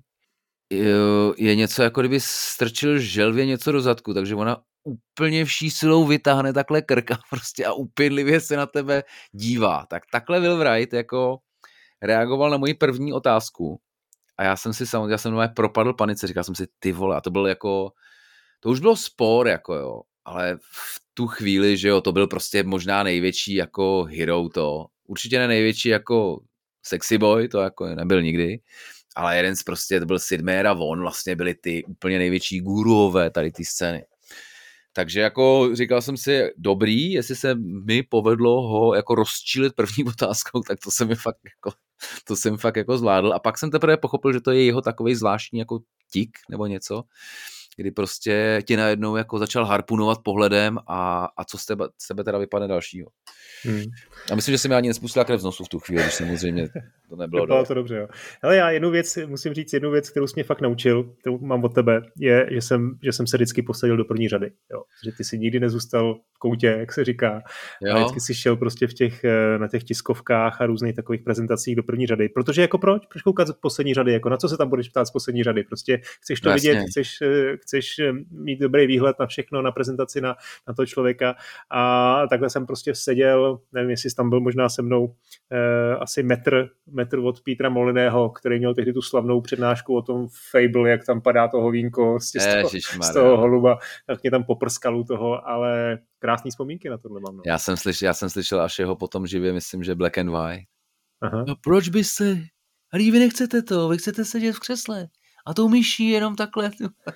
uh, je něco, jako kdyby strčil želvě něco do zadku, takže ona úplně vší silou vytáhne takhle krka prostě a upěnlivě se na tebe dívá. Tak takhle Will Wright jako reagoval na moji první otázku a já jsem si samozřejmě, já jsem normálně propadl panice, říkal jsem si, ty vole, a to byl jako, to už bylo spor, jako jo, ale v tu chvíli, že jo, to byl prostě možná největší jako hero to, určitě ne největší jako sexy boy, to jako nebyl nikdy, ale jeden z prostě, to byl Sid Meier a on vlastně byli ty úplně největší guruové tady ty scény. Takže jako říkal jsem si, dobrý, jestli se mi povedlo ho jako rozčílit první otázkou, tak to jsem mi fakt jako, to jsem fakt jako zvládl. A pak jsem teprve pochopil, že to je jeho takovej zvláštní jako tik nebo něco, kdy prostě ti najednou jako začal harpunovat pohledem a, a co z tebe, sebe teda vypadne dalšího. Hmm. A myslím, že jsem já ani nespustila krev z nosu v tu chvíli, když samozřejmě to nebylo dobré. to dobře, jo. Hele, já jednu věc, musím říct jednu věc, kterou jsi mě fakt naučil, kterou mám od tebe, je, že jsem, že jsem se vždycky posadil do první řady. Jo. Že ty si nikdy nezůstal v koutě, jak se říká. Jo. A vždycky si šel prostě v těch, na těch tiskovkách a různých takových prezentacích do první řady. Protože jako proč? Proč koukat z poslední řady? Jako na co se tam budeš ptát z poslední řady? Prostě chceš to Jasně. vidět, chceš, chceš mít dobrý výhled na všechno, na prezentaci, na, na toho člověka. A takhle jsem prostě seděl, nevím, jestli jsi tam byl možná se mnou, eh, asi metr, metr od Petra Moliného, který měl tehdy tu slavnou přednášku o tom Fable, jak tam padá to hovínko z, z, toho, z toho holuba, tak mě tam poprskal u toho, ale krásný vzpomínky na tohle mám. No. Já jsem slyšel, já jsem slyšel až jeho potom živě, myslím, že Black and White. Aha. No proč byste? Ale vy nechcete to, vy chcete sedět v křesle a tou myší jenom takhle.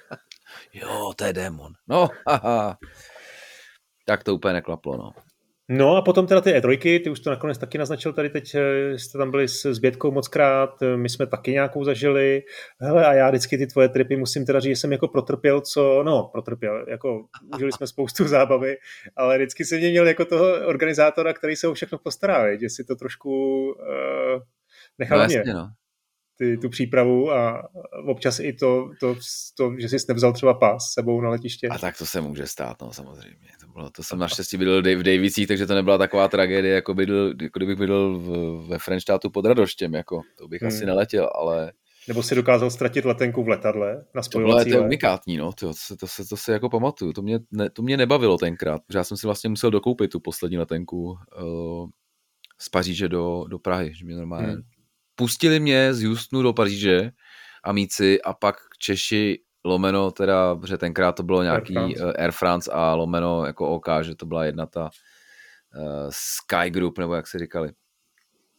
Jo, to je démon. No, haha. Tak to úplně neklaplo, no. No a potom teda ty E tři, ty už to nakonec taky naznačil tady teď, jste tam byli s, s Bětkou mockrát, my jsme taky nějakou zažili. Hele, a já vždycky ty tvoje tripy musím teda říct, že jsem jako protrpěl, co, no protrpěl, jako užili jsme spoustu zábavy, ale vždycky jsem měl jako toho organizátora, který se o všechno postará, že si to trošku uh, nechal no, mě. No. Ty, tu přípravu a občas i to, to, to, že jsi nevzal třeba pás s sebou na letiště. A tak to se může stát, no samozřejmě. To, bylo, to jsem naštěstí bydlel v Davicích, takže to nebyla taková tragédie, jako, bydl, jako kdybych bydlel v, ve Frenštátu pod Radoštěm, jako, to bych hmm. asi neletěl, ale... Nebo si dokázal ztratit letenku v letadle na spojovací. To je unikátní, no, to, to, to, se, to se jako pamatuju, to mě, ne, to mě nebavilo tenkrát, protože já jsem si vlastně musel dokoupit tu poslední letenku uh, z Paříže do, do Prahy, že mě normálně... Hmm. Pustili mě z Houstonu do Paříže amici a pak Češi lomeno teda, protože tenkrát to bylo nějaký Air France, Air France a lomeno jako OK, že to byla jedna ta uh, Sky Group, nebo jak se říkali.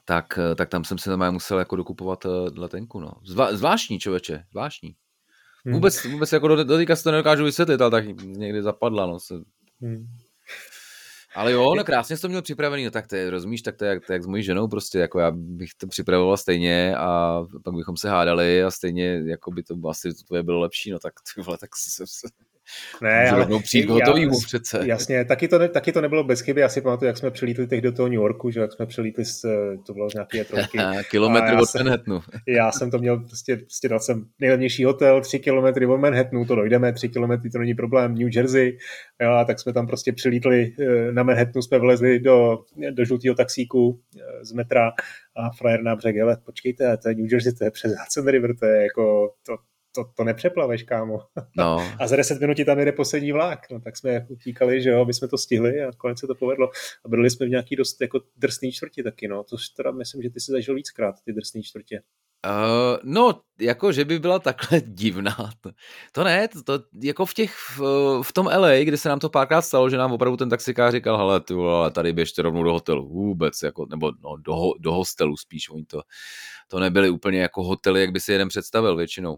tak, tak tam jsem si tam musel jako dokupovat letenku. No. Zvá, zvláštní, člověče, zvláštní. Hmm. Vůbec, vůbec jako do, do teďka si to nedokážu vysvětlit, ale tak někdy zapadla. No. Hmm. Ale jo, no krásně jsi to měl připravený, no tak to je, rozumíš, tak to je, to je jak s mojí ženou prostě, jako já bych to připravoval stejně a pak bychom se hádali a stejně, jako by to asi to tvoje bylo lepší, no tak ty vole, tak se, se ne, ale přijít hotovýmu přece. Jasně, taky to, ne, taky to nebylo bez chyby, já si pamatuju, jak jsme přilítli teď do toho New Yorku, že jak jsme přilítli, z, to bylo z nějaké trojky. Kilometr od Manhattanu. Já jsem to měl, prostě, prostě dal jsem nejlevnější hotel, tři kilometry od Manhattanu, to dojdeme, tři kilometry, to není problém, New Jersey, jo, a tak jsme tam prostě přilítli na Manhattanu, jsme vlezli do, do žlutého taxíku z metra a frajer nám řekl, hele, počkejte, to je New Jersey, to je přes Hudson River, to je jako, to, To, to nepřeplaveš, kámo. No. A za deset minut ti tam jede poslední vlák. No, tak jsme utíkali, že jo, aby jsme to stihli a konec se to povedlo. A byli jsme v nějaký dost jako drsný čtvrti taky, no. To teda myslím, že ty jsi zažil víckrát, ty drsný čtvrtě. Uh, no, jako, že by byla takhle divná. To, to ne, to, to jako v těch, v, v tom L A, kde se nám to párkrát stalo, že nám opravdu ten taxikář říkal, hele, ty vole, tady běžte rovnou do hotelu, vůbec, jako, nebo no, do, do hostelu spíš, oni to, to nebyly úplně jako hotely, jak by si jeden představil většinou.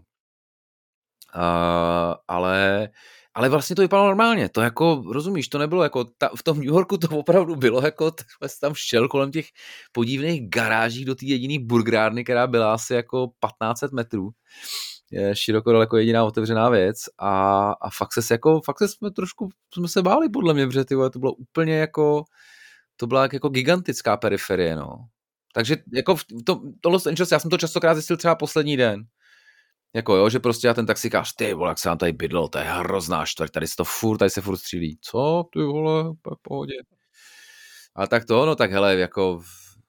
Uh, ale, ale vlastně to vypadalo normálně, to jako, rozumíš, to nebylo jako, ta, v tom New Yorku to opravdu bylo jako, tam šel kolem těch podivných garáží do té jediný burgerárny, která byla asi jako patnáct set metrů, je široko daleko jediná otevřená věc a, a fakt se jako, fakt se jsme trošku, jsme se báli podle mě, protože tyhle, to bylo úplně jako, to byla jako gigantická periferie, no. Takže jako v to, to Los Angeles, já jsem to častokrát zjistil třeba poslední den, jako jo, že prostě já ten taxikář, ty vole, jak se nám tady bydlo, to je hrozná čtvrť, tady se to furt, tady se furt střílí. Co, ty vole, v pohodě. A tak to, no tak hele, jako,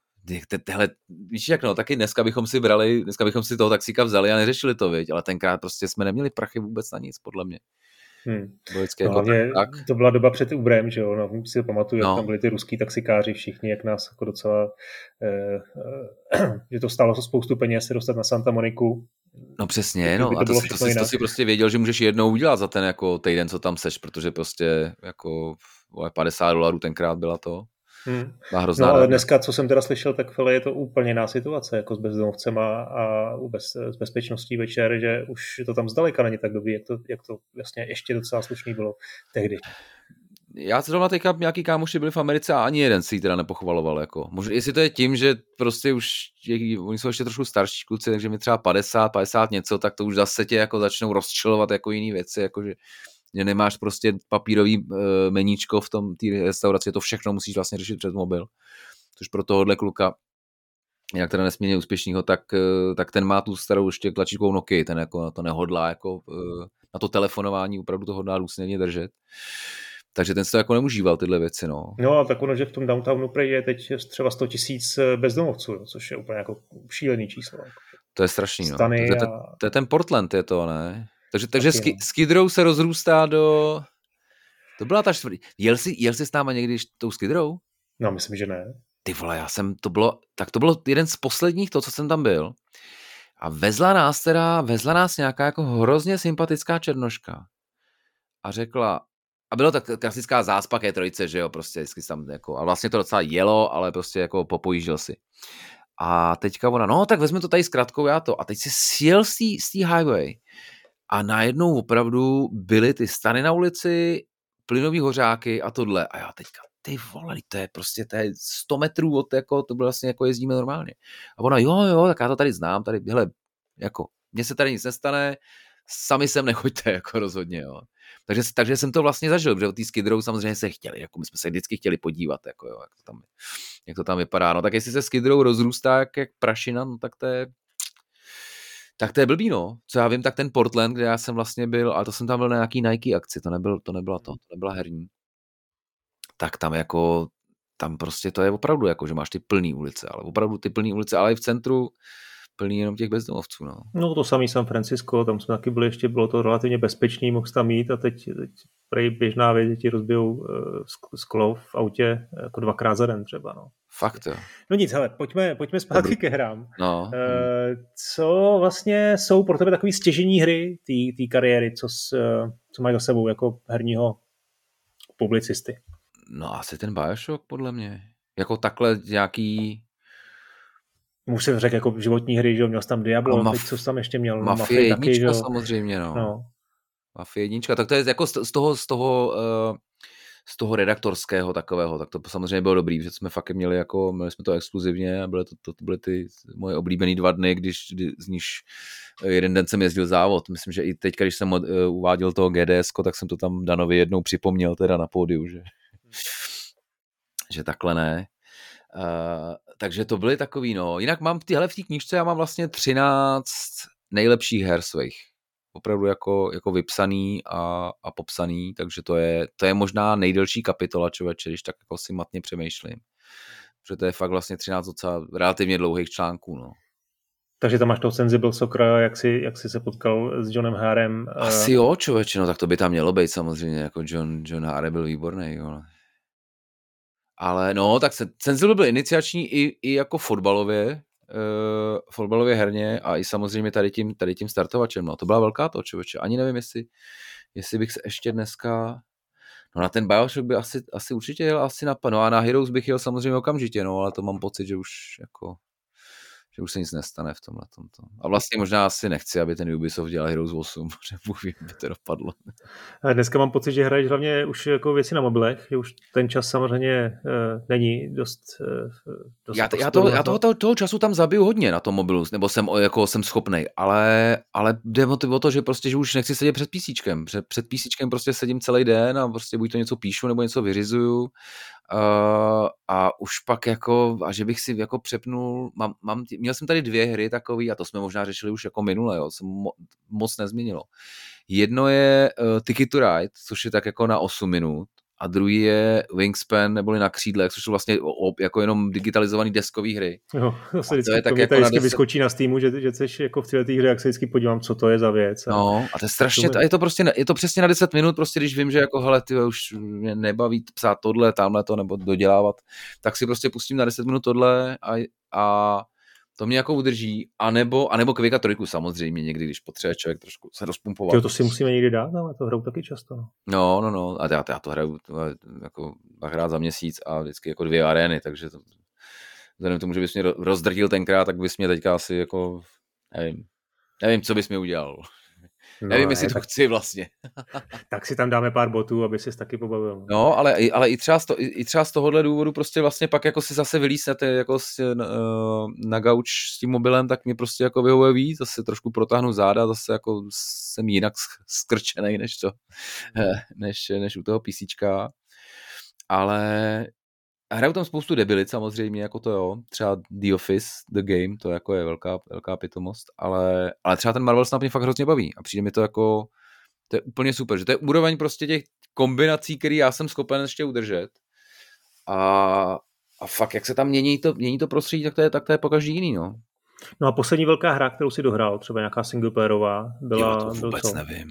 hele, víš jak no, taky dneska bychom si brali, dneska bychom si toho taxíka vzali a neřešili to, viď, ale tenkrát prostě jsme neměli prachy vůbec na nic, podle mě. Hmm. No, jako tak, tak. To byla doba před Uberem, že jo, no, si to pamatuju, jak no. tam byli ty ruský taxikáři všichni, jak nás jako docela, eh, eh, že to stálo spoustu peněz se dostat na Santa Moniku. No přesně, no, a to, si, to, si, to si prostě věděl, že můžeš jednou udělat za ten jako týden, co tam seš, protože prostě jako padesát dolarů tenkrát byla to. Hmm. Hrozná no ale ráda. dneska, co jsem teda slyšel, tak fele je to úplně jiná situace, jako s bezdomovcema a vůbec s bezpečností večer, že už to tam zdaleka není tak dobrý, jak to, jak to vlastně ještě docela slušný bylo tehdy. Já se zrovna teďka nějaký kámoši byli v Americe a ani jeden si ji teda nepochvaloval. Jako. Možná, jestli to je tím, že prostě už je, oni jsou ještě trošku starší kluci, takže mi třeba padesát, padesát něco, tak to už zase tě jako začnou rozčilovat jako jiný věci, jako že, že nemáš prostě papírový uh, meníčko v tom té restauraci, to všechno musíš vlastně řešit přes mobil. Což pro tohohle kluka, jak teda nesmírně úspěšnýho, tak, uh, tak ten má tu starou ještě tlačítkovou Nokia, ten jako na to nehodlá, jako, uh, na to telefonování opravdu to hodlá důsledně držet. Takže ten se to jako neužíval tyhle věci, no. No a tak ono, že v tom downtownu prej je teď třeba sto tisíc bezdomovců, jo, což je úplně jako šílený číslo. To je strašný, no. To, a... to, to je ten Portland, je to, ne? Takže, takže ski, Skid Row se rozrůstá do... To byla ta čtvrtý. Jel jsi, jel jsi s náma někdy tou Skid Row? No, myslím, že ne. Ty vole, já jsem, to bylo, tak to bylo jeden z posledních, to, co jsem tam byl. A vezla nás teda, vezla nás nějaká jako hrozně sympatická černoška. A řekla, a bylo tak klasická zácpa ke trojice, že jo, prostě vždycky tam jako, a vlastně to docela jelo, ale prostě jako popojížděl si. A teďka ona, no tak vezmi to tady s kratkou, já to. A teď si sjel z té highway a najednou opravdu byly ty stany na ulici, plynový hořáky a tohle. A já teďka, ty vole, to je prostě, to je sto metrů od jako, to bylo vlastně jako jezdíme normálně. A ona, jo, jo, tak já to tady znám, tady, hele, jako, mně se tady nic nestane, sami sem nechoďte, jako rozhodně, jo. Takže, takže jsem to vlastně zažil, protože od té Skid Row samozřejmě se chtěli, jako my jsme se vždycky chtěli podívat, jako jo, jak to tam, jak to tam vypadá. No tak jestli se Skid Row rozrůstá jak, jak prašina, no tak to je, tak to je blbý, no. Co já vím, tak ten Portland, kde já jsem vlastně byl, ale to jsem tam byl na nějaký Nike akci, to, nebyl, to nebyla to, to nebyla herní. Tak tam jako, tam prostě to je opravdu jako, že máš ty plný ulice, ale opravdu ty plný ulice, ale i v centru plný jenom těch bezdomovců, no. No to samý San Francisco, tam jsme taky byli ještě, bylo to relativně bezpečný, mohl tam jít a teď, teď prej běžná věc, ti rozbijou uh, sklo v autě jako dvakrát za den třeba, no. Fakt, jo. No nic, hele, pojďme, pojďme zpátky ke hrám. No. Uh, co vlastně jsou pro tebe takový stěžení hry té kariéry, co, s, uh, co mají za sebou jako herního publicisty? No asi ten Bioshock, podle mě. Jako takhle nějaký Už jsem řekl jako životní hry, že jo, měl jsi tam Diablo, maf- teď co jsi tam ještě měl? Mafie, Mafie jednička taky, že jo? Samozřejmě, no. no. Mafie jednička, tak to je jako z toho, z toho, uh, z toho redaktorského takového, tak to samozřejmě bylo dobrý, že jsme fakt měli jako, měli jsme to exkluzivně a byly to, to, to byly ty moje oblíbený dva dny, když, kdy, z níž jeden den jsem jezdil závod. Myslím, že i teď, když jsem uh, uváděl toho G D S ko, tak jsem to tam Danovi jednou připomněl teda na pódiu, že, že takhle ne. Uh, takže to byly takový, no. Jinak mám tyhle v té knížce, já mám vlastně třináct nejlepších her svých. Opravdu jako, jako vypsaný a, a popsaný, takže to je, to je možná nejdelší kapitola, člověče, když tak jako si matně přemýšlím. Protože to je fakt vlastně třináct docela relativně dlouhých článků, no. Takže tam máš toho Sensible Soccer, jak jsi, jak jsi se potkal s Johnem Harem. Asi jo, člověče, no tak to by tam mělo být samozřejmě, jako John, John Hare byl výborný, jo. Ale no, tak Sensible byl iniciační i, i jako fotbalově, Uh, fotbalově herně a i samozřejmě tady tím, tady tím startovačem. No, to byla velká to, člověče. Ani nevím, jestli, jestli bych se ještě dneska... No na ten Bioshock by asi, asi určitě jel asi na... No a na Heroes bych jel samozřejmě okamžitě, no, ale to mám pocit, že už jako... že už se nic nestane v tomhle tomto. A vlastně možná asi nechci, aby ten Ubisoft dělal Heroes osm, protože Bůh ví, by to dopadlo. A dneska mám pocit, že hraješ hlavně už jako věci na mobilech, že už ten čas samozřejmě uh, není dost... Uh, dost já, já, to, já toho, toho, toho času tam zabiju hodně na tom mobilu, nebo jsem, jako, jsem schopnej, ale, ale jde o to, že prostě, že už nechci sedět před písíčkem. Před, před písíčkem prostě sedím celý den a prostě buď to něco píšu, nebo něco vyřizuju. Uh, a už pak jako, a že bych si jako přepnul, mám, mám, měl jsem tady dvě hry takový, a to jsme možná řešili už jako minule, jo, jsem mo, moc nezměnilo. Jedno je uh, Ticket to Ride, což je tak jako na osm minut, a druhý je Wingspan, neboli Na křídlech, což jsou vlastně o, jako jenom digitalizovaný deskový hry. Jo, to se vždycky, to je tak to jako vždycky deset... vyskočí na Steamu, že, že jsi jako v této hře, jak se vždycky podívám, co to je za věc. A... No, a to je strašně, a je to prostě, je to přesně na deset minut, prostě když vím, že jako hele, ty už mě nebaví psát tohle, tamhle to, nebo dodělávat, tak si prostě pustím na deset minut tohle a, a to mě jako udrží, anebo, anebo Quakea trojku samozřejmě někdy, když potřebuje člověk trošku se rozpumpovat. Jo, to si musíme někdy dát, ale to hraju taky často. No, no, no, no. a já, já to hraju to, jako hrát za měsíc a vždycky jako dvě arény, takže to, vzhledem k tomu, že bys mě rozdrtil tenkrát, tak bys mě teďka asi jako, nevím, nevím, co bys mi udělal. No, nevím, jestli ne, to tak, chci vlastně. Tak si tam dáme pár botů, aby ses taky pobavil. No, ale, ale i, třeba z to, i třeba z tohohle důvodu prostě vlastně pak jako si zase vylísnete jako si, na, na gauč s tím mobilem, tak mě prostě jako vyhovuje víc, zase trošku protáhnu záda, zase jako jsem jinak skrčenej než to, než, než u toho písíčka. Ale hraju tam spoustu debilit samozřejmě, jako to jo, třeba The Office, The Game, to jako je velká, velká pitomost, ale, ale třeba ten Marvel Snap mě fakt hrozně baví a přijde mi to jako, to je úplně super, že to je úroveň prostě těch kombinací, který já jsem schopen ještě udržet a, a fakt, jak se tam mění to, mění to prostředí, tak to je, tak to je po každý jiný, no. No a poslední velká hra, kterou si dohrál, třeba nějaká singleplayerová, byla... Jo, to vůbec byl nevím.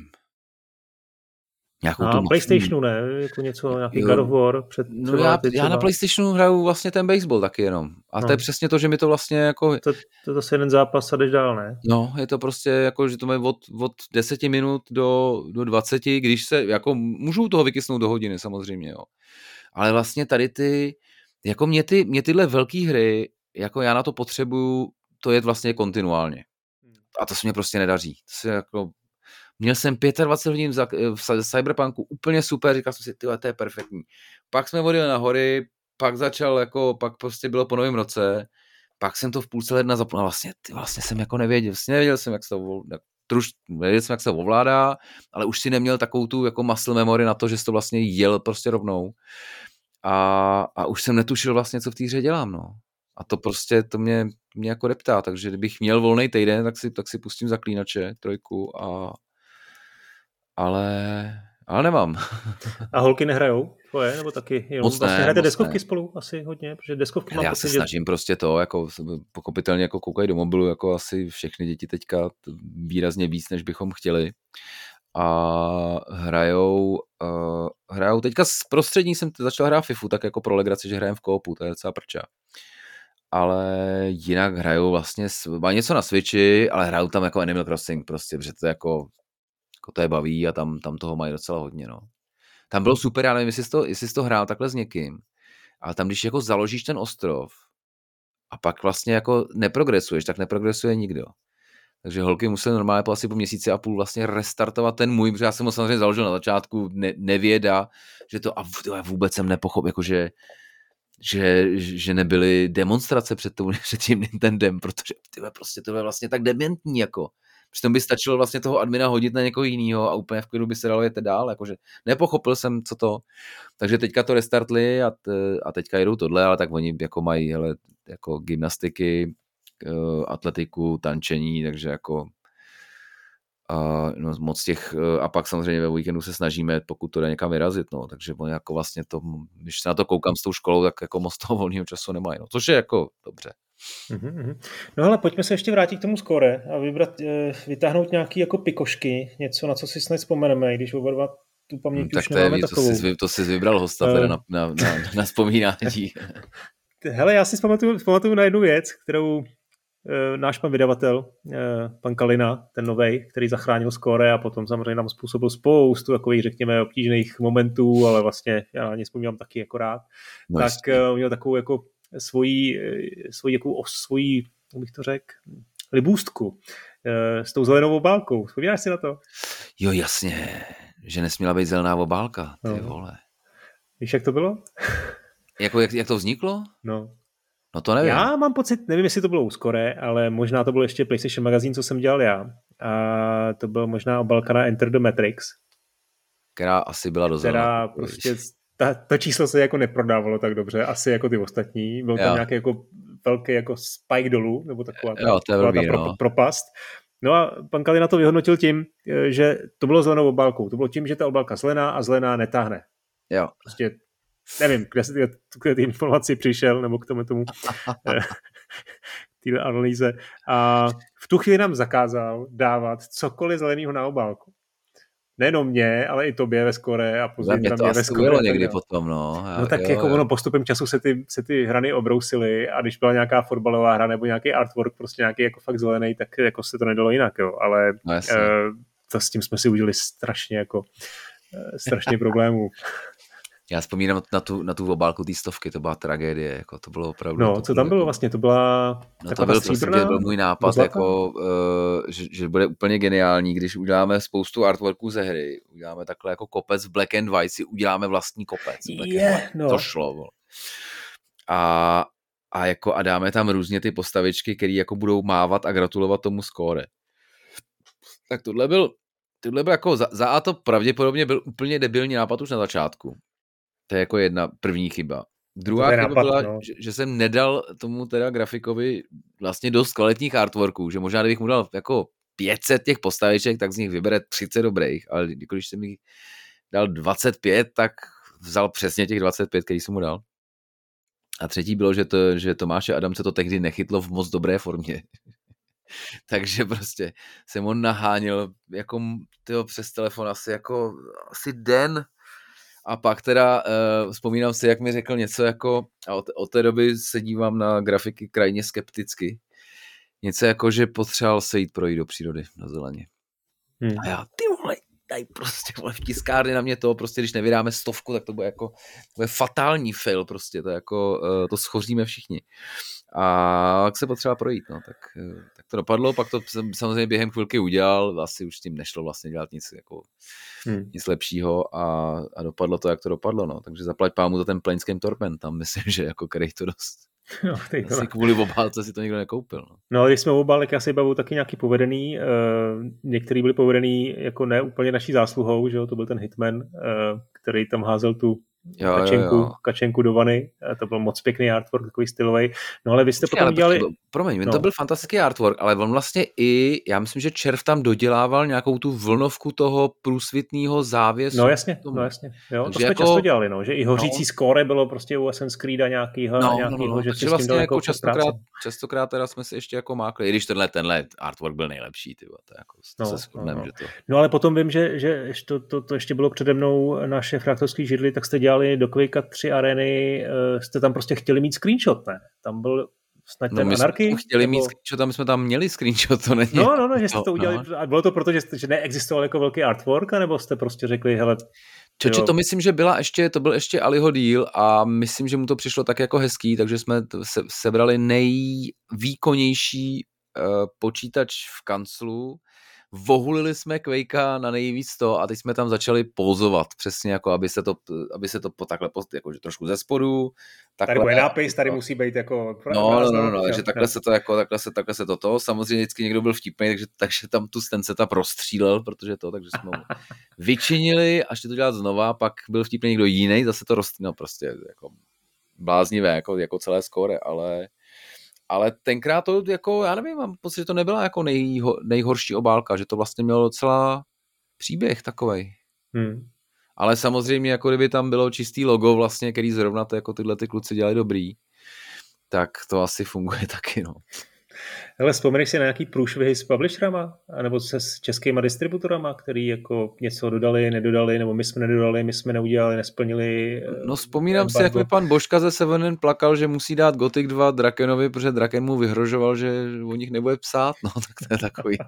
Na PlayStationu ne, jako něco, nějaký God of War před no já, já na PlayStationu hraju vlastně ten baseball taky jenom. A no. To je přesně to, že mi to vlastně jako... To, to je zase jeden zápas a jdeš dál, ne? No, je to prostě jako, že to má od, od deseti minut do, do dvaceti, když se, jako můžu toho vykysnout do hodiny samozřejmě, jo. Ale vlastně tady ty, jako mě, ty, mě tyhle velké hry, jako já na to potřebuju, to je vlastně kontinuálně. A to se mě prostě nedaří. To se jako... Měl jsem dvacet pět hodin v Cyberpunku, úplně super, říkal jsem si, tyhle, to je perfektní. Pak jsme odjeli na hory, pak začal, jako, pak prostě bylo po novém roce, pak jsem to v půlce ledna zapnul, vlastně, ty, vlastně jsem jako nevěděl, vlastně nevěděl jsem, jak se to, truž, nevěděl jsem, jak se to ovládá, ale už si neměl takovou tu jako muscle memory na to, že jsi to vlastně jel prostě rovnou. A, a už jsem netušil vlastně, co v té hře dělám, no. A to prostě, to mě, mě jako reptá, takže kdybych měl volný týden, tak si, tak si pustím Zaklínače, trojku a Ale, ale nemám. A holky nehrajou tvoje, nebo taky? Jenom moc vlastně ne, hrajete moc deskovky ne. spolu asi hodně, protože deskovky mám Já pocit, se snažím že... prostě to, jako pochopitelně jako koukají do mobilu, jako asi všechny děti teďka výrazně víc, než bychom chtěli. A hrajou, uh, hrajou teďka z prostřední jsem začal hrát FIFU, tak jako pro legraci, že hrajem v koopu, to je docela prča. Ale jinak hrajou vlastně, má něco na Switchi, ale hrajou tam jako Animal Crossing prostě, protože to jako jako to je baví a tam, tam toho mají docela hodně, no. Tam bylo super, já nevím, jestli jsi to, jestli jsi to hrál takhle s někým, ale tam, když jako založíš ten ostrov a pak vlastně jako neprogresuješ, tak neprogresuje nikdo. Takže holky musely normálně po asi po měsíci a půl vlastně restartovat ten můj, protože já jsem ho samozřejmě založil na začátku, ne, nevěda, že to, a vůbec jsem nepochopil, jakože že, že nebyly demonstrace před, tou, před tím Nintendem, protože tyhle, prostě to je vlastně tak dementní, jako. Přitom by stačilo vlastně toho admina hodit na někoho jinýho a úplně v klidu by se dalo jet dál, jakože nepochopil jsem, co to. Takže teďka to restartli a, t, a teďka jedou tohle, ale tak oni jako mají hele, jako gymnastiky, atletiku, tančení, takže jako a, no, moc těch, a pak samozřejmě ve víkendu se snažíme, pokud to jde někam vyrazit, no, takže oni jako vlastně to, když se na to koukám s tou školou, tak jako moc toho volného času nemají, no, což je jako dobře. Mm-hmm. No ale pojďme se ještě vrátit k tomu skóre a vybrat, vytáhnout nějaký jako pikošky, něco, na co si snad vzpomeneme, když oba dva tu paměť hmm, už nemáme to takovou. Jsi, to jsi vybral hosta uh, teda na, na, na, na vzpomínání. Hele, já si vzpamatuju, vzpamatuju na jednu věc, kterou náš pan vydavatel, pan Kalina, ten novej, který zachránil skóre a potom samozřejmě nám způsobil spoustu takových, řekněme, obtížných momentů, ale vlastně já na ně vzpomínám taky jako rád. No, tak uh, měl takovou jako svoji, svoji, jako, svoji, jak bych to řekl, libůstku uh, s tou zelenou obálkou. Vzpomínáš si na to? Jo, jasně, že nesměla být zelená obálka, ty no. Vole. Víš, jak to bylo? Jako, jak, jak to vzniklo? No. No to nevím. Já mám pocit, nevím, jestli to bylo u Skore, ale možná to byl ještě PlayStation Magazine, co jsem dělal já. A to byl možná obálka na Enter the Matrix. Která asi byla do Která prostě, ta, ta číslo se jako neprodávalo tak dobře, asi jako ty ostatní. Byl tam jo. nějaký jako velký jako spike dolů, nebo taková, jo, ta, taková blbý, ta no. propast. No a pan Kalina to vyhodnotil tím, že to bylo zelenou obálkou. To bylo tím, že ta obálka zelená a zelená netáhne. Jo. Prostě nevím, kde se k té informaci přišel, nebo k tomu tomu téhle analýze. A v tu chvíli nám zakázal dávat cokoliv zelenýho na obálku. Nejenom mě, ale i tobě ve Skore a později tam mě ve Skore. Někdy potom, no. Já, no tak jo, jako jo. ono postupem času se ty, se ty hrany obrousily a když byla nějaká fotbalová hra nebo nějaký artwork, prostě nějaký jako fakt zelený, tak jako se to nedalo jinak, jo. Ale no, uh, to s tím jsme si udělali strašně jako uh, strašně problémů. Já vzpomínám na tu, na tu obálku té stovky, to byla tragédie, jako to bylo opravdu. No, co tam bylo vlastně, to byla no, to byl, prostě, to byl můj nápad, jako, uh, že, že bude úplně geniální, když uděláme spoustu artworků ze hry, uděláme takhle jako kopec v black and white, si uděláme vlastní kopec. Yeah, no. To šlo. Bo. A, a, jako, a dáme tam různě ty postavičky, které jako budou mávat a gratulovat tomu skóre. Tak tohle byl, tohle byl jako, za, za a to pravděpodobně byl úplně debilní nápad už na začátku. To je jako jedna první chyba. Druhá chyba nápad, byla, no. že, že jsem nedal tomu teda grafikovi vlastně dost kvalitních artworků, že možná kdybych mu dal jako pět set těch postaviček, tak z nich vybere třicet dobrých, ale když jsem mi dal dvacet pět, tak vzal přesně těch dvacet pět, který jsem mu dal. A třetí bylo, že, to, že Tomáše Adamce to tehdy nechytlo v moc dobré formě. Takže prostě jsem ho naháněl jako tyho, přes telefon asi jako asi den. A pak teda uh, vzpomínám si, jak mi řekl něco jako, a od, od té doby se dívám na grafiky krajně skepticky, něco jako, že potřeboval se jít projít do přírody na zeleně. Hmm. A já, ty vole, daj prostě vole, v tiskárně na mě to, prostě když nevydáme stovku, tak to bude jako, to bude fatální fail prostě, to jako, uh, to schoříme všichni. A jak se potřeba projít, no, tak, tak to dopadlo, pak to jsem samozřejmě během chvilky udělal, asi už s tím nešlo vlastně dělat nic, jako, hmm. nic lepšího a, a dopadlo to, jak to dopadlo, no, takže zaplať pámu za ten Planescape Torment, tam myslím, že jako který to dost, no, asi kvůli obálce si to nikdo nekoupil. No, no když jsme obálek, já si bavu taky nějaký povedený, uh, některý byli povedený jako ne úplně naší zásluhou, že jo, to byl ten Hitman, uh, který tam házel tu Jo, kačenku, jo, jo. kačenku do vany, to byl moc pěkný artwork, takový stylový. No ale vy jste Počkej, potom dělali... To, promiň, no. to byl fantastický artwork, ale on vlastně i, já myslím, že Červ tam dodělával nějakou tu vlnovku toho průsvitného závěsu. No jasně, no jasně. Jo, to jsme jako... často dělali, no, že i hořící no. skóre bylo prostě u Assassin's Creeda nějakýho, no, nějakýho no, no, že si vlastně jako častokrát, častokrát teda jsme si ještě jako mákli, i když tenhle, tenhle artwork byl nejlepší, tyba, to jako to no, se shodnem, no, no. že to... No ale potom vím, že, že to, to, to ještě bylo přede mnou na Šefraktovský židli, tak jste dělali do Quakea tři arény, jste tam prostě chtěli mít screenshot, ne? Tam byl snad no, ten Anarchy? My chtěli nebo... mít screenshot, tam jsme tam měli screenshot, to není... No, no, no, že jste to udělali, no. A bylo to proto, že, že neexistoval jako velký artwork, nebo jste prostě řekli, hele... Čoče, to myslím, že byla ještě, to byl ještě Aliho díl a myslím, že mu to přišlo tak jako hezký, takže jsme se, sebrali nejvýkonnější uh, počítač v kanclu, vohulili jsme Quakea na nejvíc to a teď jsme tam začali pózovat přesně jako, aby se to, aby se to po takhle, jako, že trošku ze spodu. Takhle, tady bude nápis, tady musí být jako... No, no, no, no, no, takže takhle se to jako, takhle se, takhle se toto, samozřejmě vždycky někdo byl vtipný, takže, takže tam tu ten setup rozstřílel, protože to, takže jsme ho vyčinili, až to dělat znova, pak byl vtipný někdo jiný, zase to rozstřílel, no prostě jako bláznivé, jako, jako celé skóre, ale ale tenkrát to jako, já nevím, mám pocit, že to nebyla jako nejho, nejhorší obálka, že to vlastně mělo docela příběh takovej. Hmm. Ale samozřejmě, jako kdyby tam bylo čistý logo vlastně, který zrovna to, jako tyhle ty kluci dělali dobrý, tak to asi funguje taky, no. Hele, vzpomeneš si na nějaký průšvihy s publisherama, anebo se s českýma distributorama, který jako něco dodali, nedodali, nebo my jsme nedodali, my jsme neudělali, nesplnili. No vzpomínám si, jak mi pan Božka ze Seven plakal, že musí dát Gothic dva Drakenovi, protože Draken mu vyhrožoval, že o nich nebude psát, no tak to je takový.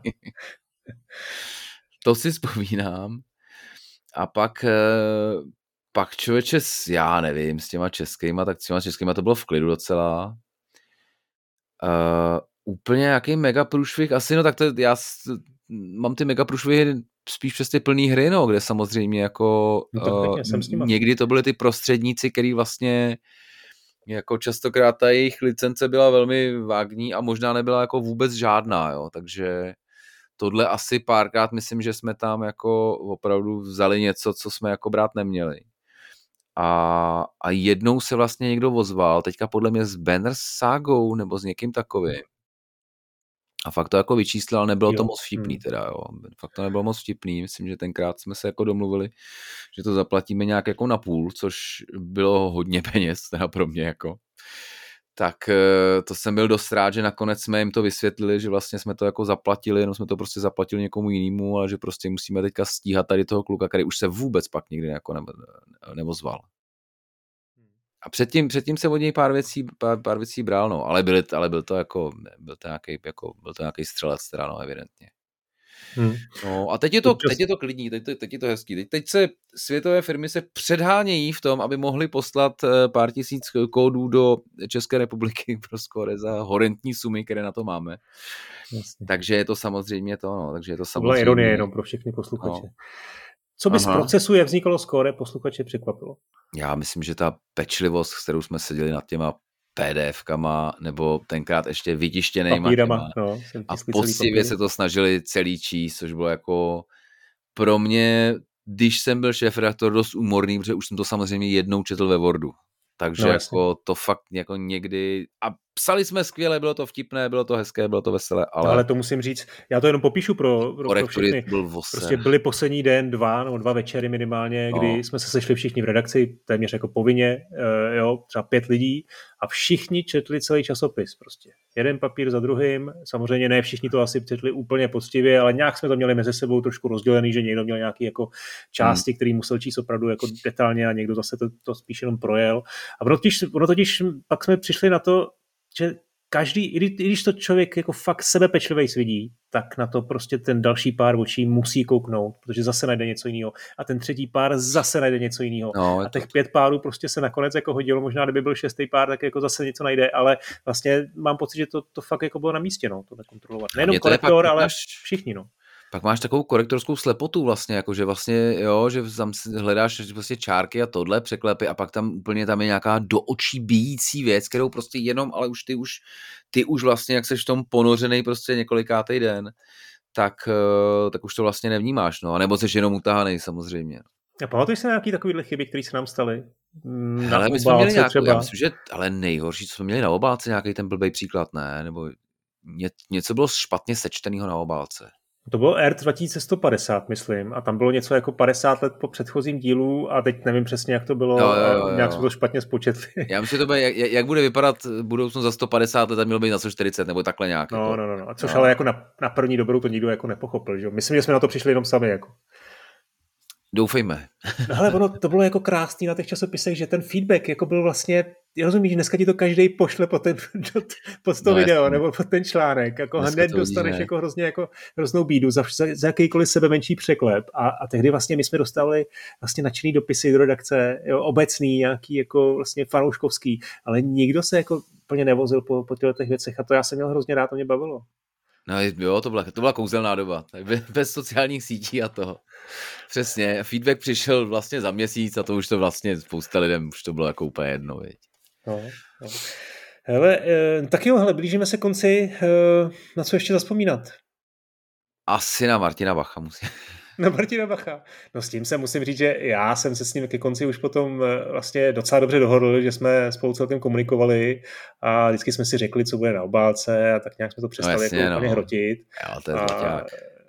To si vzpomínám. A pak, pak člověče, já nevím, s těma českýma, tak s těma českýma to bylo v klidu docela. Uh, úplně nějaký mega průšvih, asi no tak to já mám ty mega průšvihy spíš přes ty plný hry, no, kde samozřejmě jako no uh, někdy to byly ty prostředníci, který vlastně jako častokrát ta jejich licence byla velmi vágní a možná nebyla jako vůbec žádná, jo, takže tohle asi párkrát myslím, že jsme tam jako opravdu vzali něco, co jsme jako brát neměli. A, a jednou se vlastně někdo ozval, teďka podle mě s Banner Sagou nebo s někým takovým. A fakt to jako vyčíslil, ale nebylo jo. to moc vtipný teda, jo. Fakt to nebylo moc vtipný, myslím, že tenkrát jsme se jako domluvili, že to zaplatíme nějak jako na půl, což bylo hodně peněz teda pro mě jako. Tak to jsem byl dost rád, že nakonec jsme jim to vysvětlili, že vlastně jsme to jako zaplatili, jenom jsme to prostě zaplatili někomu jinému, ale že prostě musíme teďka stíhat tady toho kluka, který už se vůbec pak nikdy jako ne, nevozval. A předtím, předtím se od něj pár věcí, pár, pár věcí bral, no, ale, byli, ale byl to jako, byl to nějaký, jako, byl to nějaký střelec, teda, no, evidentně. Hmm. No, a teď je to, teď je to klidný, teď, teď je to hezký. Teď, teď se světové firmy se předhánějí v tom, aby mohli poslat pár tisíc kódů do České republiky pro skóre za horentní sumy, které na to máme. Jasně. Takže je to samozřejmě to, no, takže je to samozřejmě... To byla ironie jenom pro všechny posluchače. No. Co by z procesu, jak vznikalo skóre, posluchače překvapilo? Já myslím, že ta pečlivost, kterou jsme seděli nad těma PDFkama, nebo tenkrát ještě vytištěnejma těma, no, a poctivě se to snažili celý číst, což bylo jako pro mě, když jsem byl šéfredaktor, dost humorný, protože už jsem to samozřejmě jednou četl ve Wordu. Takže no, jako to fakt jako někdy... A psali jsme skvěle, bylo to vtipné, bylo to hezké, bylo to veselé, ale... Ale to musím říct, já to jenom popíšu pro, pro, pro všechny. Prostě byli poslední den, dva, nebo dva večery minimálně, kdy no. jsme se sešli všichni v redakci, téměř jako povinně, uh, jo, třeba pět lidí a všichni četli celý časopis prostě. Jeden papír za druhým, samozřejmě ne všichni to asi četli úplně poctivě, ale nějak jsme to měli mezi sebou trošku rozdělený, že někdo měl nějaký jako části, hmm. který musel číst opravdu jako detailně a někdo zase to, to spíš jenom projel. A ono totiž, ono totiž pak jsme přišli na to, že každý, i když to člověk jako fakt sebepečlivý vidí, tak na to prostě ten další pár očí musí kouknout, protože zase najde něco jiného. A ten třetí pár zase najde něco jiného. No, a těch to... pět párů prostě se nakonec jako hodilo, možná kdyby byl šestý pár, tak jako zase něco najde, ale vlastně mám pocit, že to, to fakt jako bylo na místě, no, to nekontrolovat. Nejenom korektor, ale máš... všichni, no. Pak máš takovou korektorskou slepotu vlastně, jako že vlastně, jo, že tam hledáš vlastně čárky a tohle překlepy a pak tam úplně tam je nějaká do očí bijící věc, kterou prostě jenom, ale už ty už, ty už vlastně, jak seš v tom ponořenej prostě několikátej den, tak, tak už to vlastně nevnímáš, no, nebo seš jenom utahanej samozřejmě. A pamatuješ se na nějaký takovýhle chyby, které se nám staly? Na ale my jsme měli nějakou, třeba. Já myslím, že ale nejhorší, co jsme měli na obálce, nějaký ten blbej příklad, ne, nebo ně, něco bylo špatně sečtenýho na obálce. To bylo R dva tisíce sto padesát, myslím, a tam bylo něco jako padesát let po předchozím dílu a teď nevím přesně, jak to bylo, jo, jo, jo. nějak jsme to špatně spočetli. Já myslím, že to bude, jak, jak bude vypadat budoucnost za sto padesát let, tam mělo být na sto čtyřicet nebo takhle nějak. No, jako. no, no, no, což no. ale jako na, na první dobrou to nikdo jako nepochopil, že? Myslím, že jsme na to přišli jenom sami, jako. Doufejme. No, ale ono, to bylo jako krásný na těch časopisech, že ten feedback jako byl vlastně rozumíš, dneska ti to každý pošle pod, ten, pod to no, video jasný. Nebo pod ten článek, jako dneska hned dostaneš jako hrozně jako hroznou bídu za, za, za jakýkoliv sebe menší překlep a, a tehdy vlastně my jsme dostali vlastně nadšený dopisy do redakce, jo, obecný, nějaký jako vlastně fanouškovský, ale nikdo se jako úplně nevozil po, po těchto těch věcech a to já jsem měl hrozně rád, to mě bavilo. No jo, to byla, to byla kouzelná doba, bez sociálních sítí a toho. Přesně, feedback přišel vlastně za měsíc a to už to vlastně spousta lidem, už to bylo jako úplně jedno, viď. No, no. Hele, tak jo, hele, blížíme se konci, na co ještě zazpomínat? Asi na Martina Bacha musím. Na Martina Bacha. No s tím se musím říct, že já jsem se s ním ke konci už potom vlastně docela dobře dohodl, že jsme spolu celkem komunikovali a vždycky jsme si řekli, co bude na obálce a tak nějak jsme to přestali no jasně, jako úplně no. hrotit. Jo, to je a,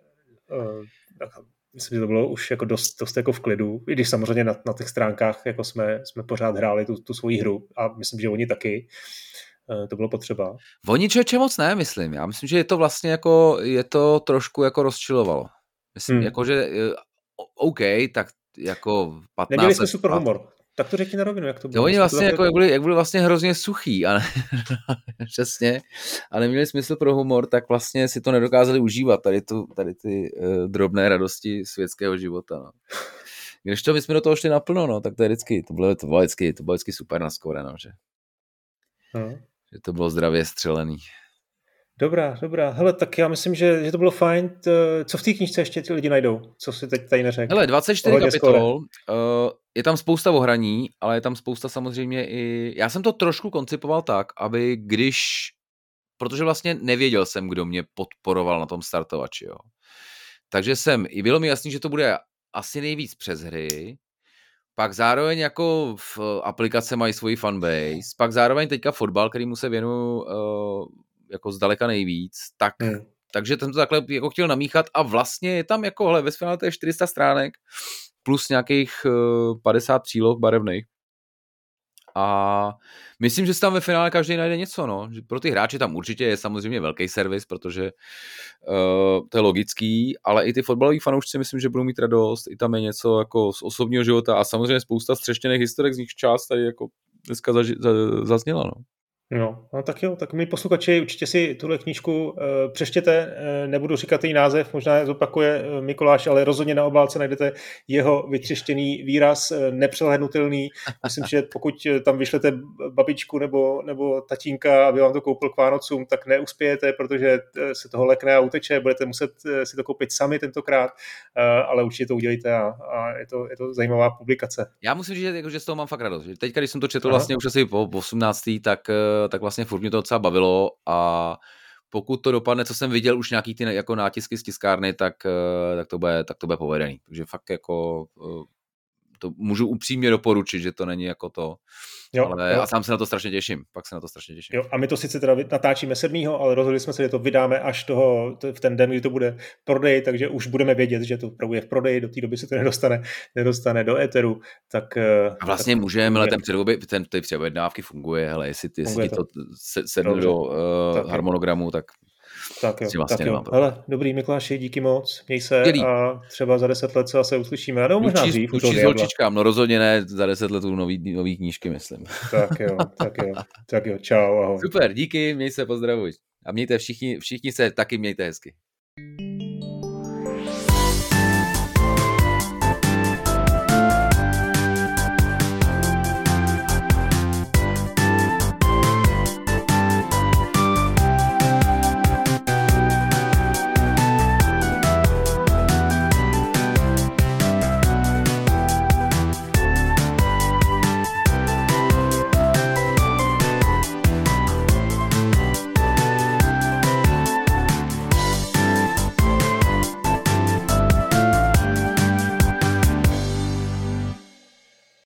myslím, že to bylo už jako dost, dost jako v klidu, i když samozřejmě na, na těch stránkách jako jsme, jsme pořád hráli tu, tu svoji hru a myslím, že oni taky. To bylo potřeba. Oni člověče moc ne, myslím. Já myslím, že je to vlastně jako, je to trošku jako rozčilovalo. Myslím, hmm. jako, že OK, tak jako patnáct Neměli jsme super humor. Tak to řekni na rovinu, jak to bylo. Oni vlastně jako, jak, byli, jak byli vlastně hrozně suchý, ale přesně, a neměli smysl pro humor, tak vlastně si to nedokázali užívat, tady, tu, tady ty uh, drobné radosti světského života. No. Když to my jsme do toho šli naplno, no, tak to je vždycky, to bylo, to bylo vždycky, to bylo vždycky super na skóre, no, že, hmm. že to bylo zdravě střelený. Dobrá, dobrá. Hele, tak já myslím, že, že to bylo fajn. Co v té knížce ještě ty lidi najdou? Co si teď tady neřekl? Hele, dvacet čtyři kapitol, uh, je tam spousta ohraní, ale je tam spousta samozřejmě i... Já jsem to trošku koncipoval tak, aby když... Protože vlastně nevěděl jsem, kdo mě podporoval na tom startovači, jo. Takže jsem... I bylo mi jasný, že to bude asi nejvíc přes hry, pak zároveň jako v aplikace mají svoji fanbase, pak zároveň teďka fotbal, kterýmu se věnuju uh, jako zdaleka nejvíc, tak, hmm. takže jsem to takhle jako chtěl namíchat a vlastně je tam jako, hele, ve finále to je čtyři sta stránek plus nějakých uh, padesát příloh barevných a myslím, že se tam ve finále každý najde něco, no. Pro ty hráče tam určitě je samozřejmě velký servis, protože uh, to je logický, ale i ty fotbaloví fanoušci myslím, že budou mít radost, i tam je něco jako z osobního života a samozřejmě spousta střeštěných historek, z nich část tady jako dneska zaži- za- zazněla, no. No, no tak jo, tak my posluchači určitě si tuhle knížku uh, přečtěte, uh, nebudu říkat její název, možná zopakuje uh, Mikuláš, ale rozhodně na obálce najdete jeho vytřeštěný výraz, uh, nepřehlédnutelný. Myslím, že pokud tam vyšlete babičku nebo, nebo tatínka, aby vám to koupil k Vánocům, tak neuspějete, protože se toho lekne a uteče, budete muset uh, si to koupit sami tentokrát, uh, ale určitě to udělejte a, a je, to, je to zajímavá publikace. Já musím říct, že, jako, že z toho mám fakt radost. Teď, když jsem to četl Aha. vlastně už asi po osmnáctý, tak tak vlastně furt mě to docela bavilo a pokud to dopadne, co jsem viděl už nějaký ty jako nátisky z tiskárny, tak, tak, to, bude, tak to bude povedený. Takže fakt jako to můžu upřímně doporučit, že to není jako to. Jo, ale jo. A sám se na to strašně těším. Pak se na to strašně těším. Jo, a my to sice teda natáčíme sedmého ale rozhodli jsme se, že to vydáme až toho, v ten den, kdy to bude prodej, takže už budeme vědět, že to bude v prodeji, do té doby se to nedostane, nedostane do éteru. Tak, a vlastně tak, můžeme, ale ten předobě, ten, ty předobědnávky funguje, hele, jestli ty, jestli to, to sedne do uh, harmonogramu, tak Tak jo, tak jo. Hele, dobrý Mikuláši, díky moc, měj se Dělí. A třeba za deset let se zase uslyšíme. Nebo možná dřív. Učí s holčičkám, no rozhodně ne za deset let nový, nový knížky, myslím. Tak jo, tak jo, tak jo, čau, ahoj. Super, díky, měj se, pozdravuj. A mějte všichni, všichni se taky mějte hezky.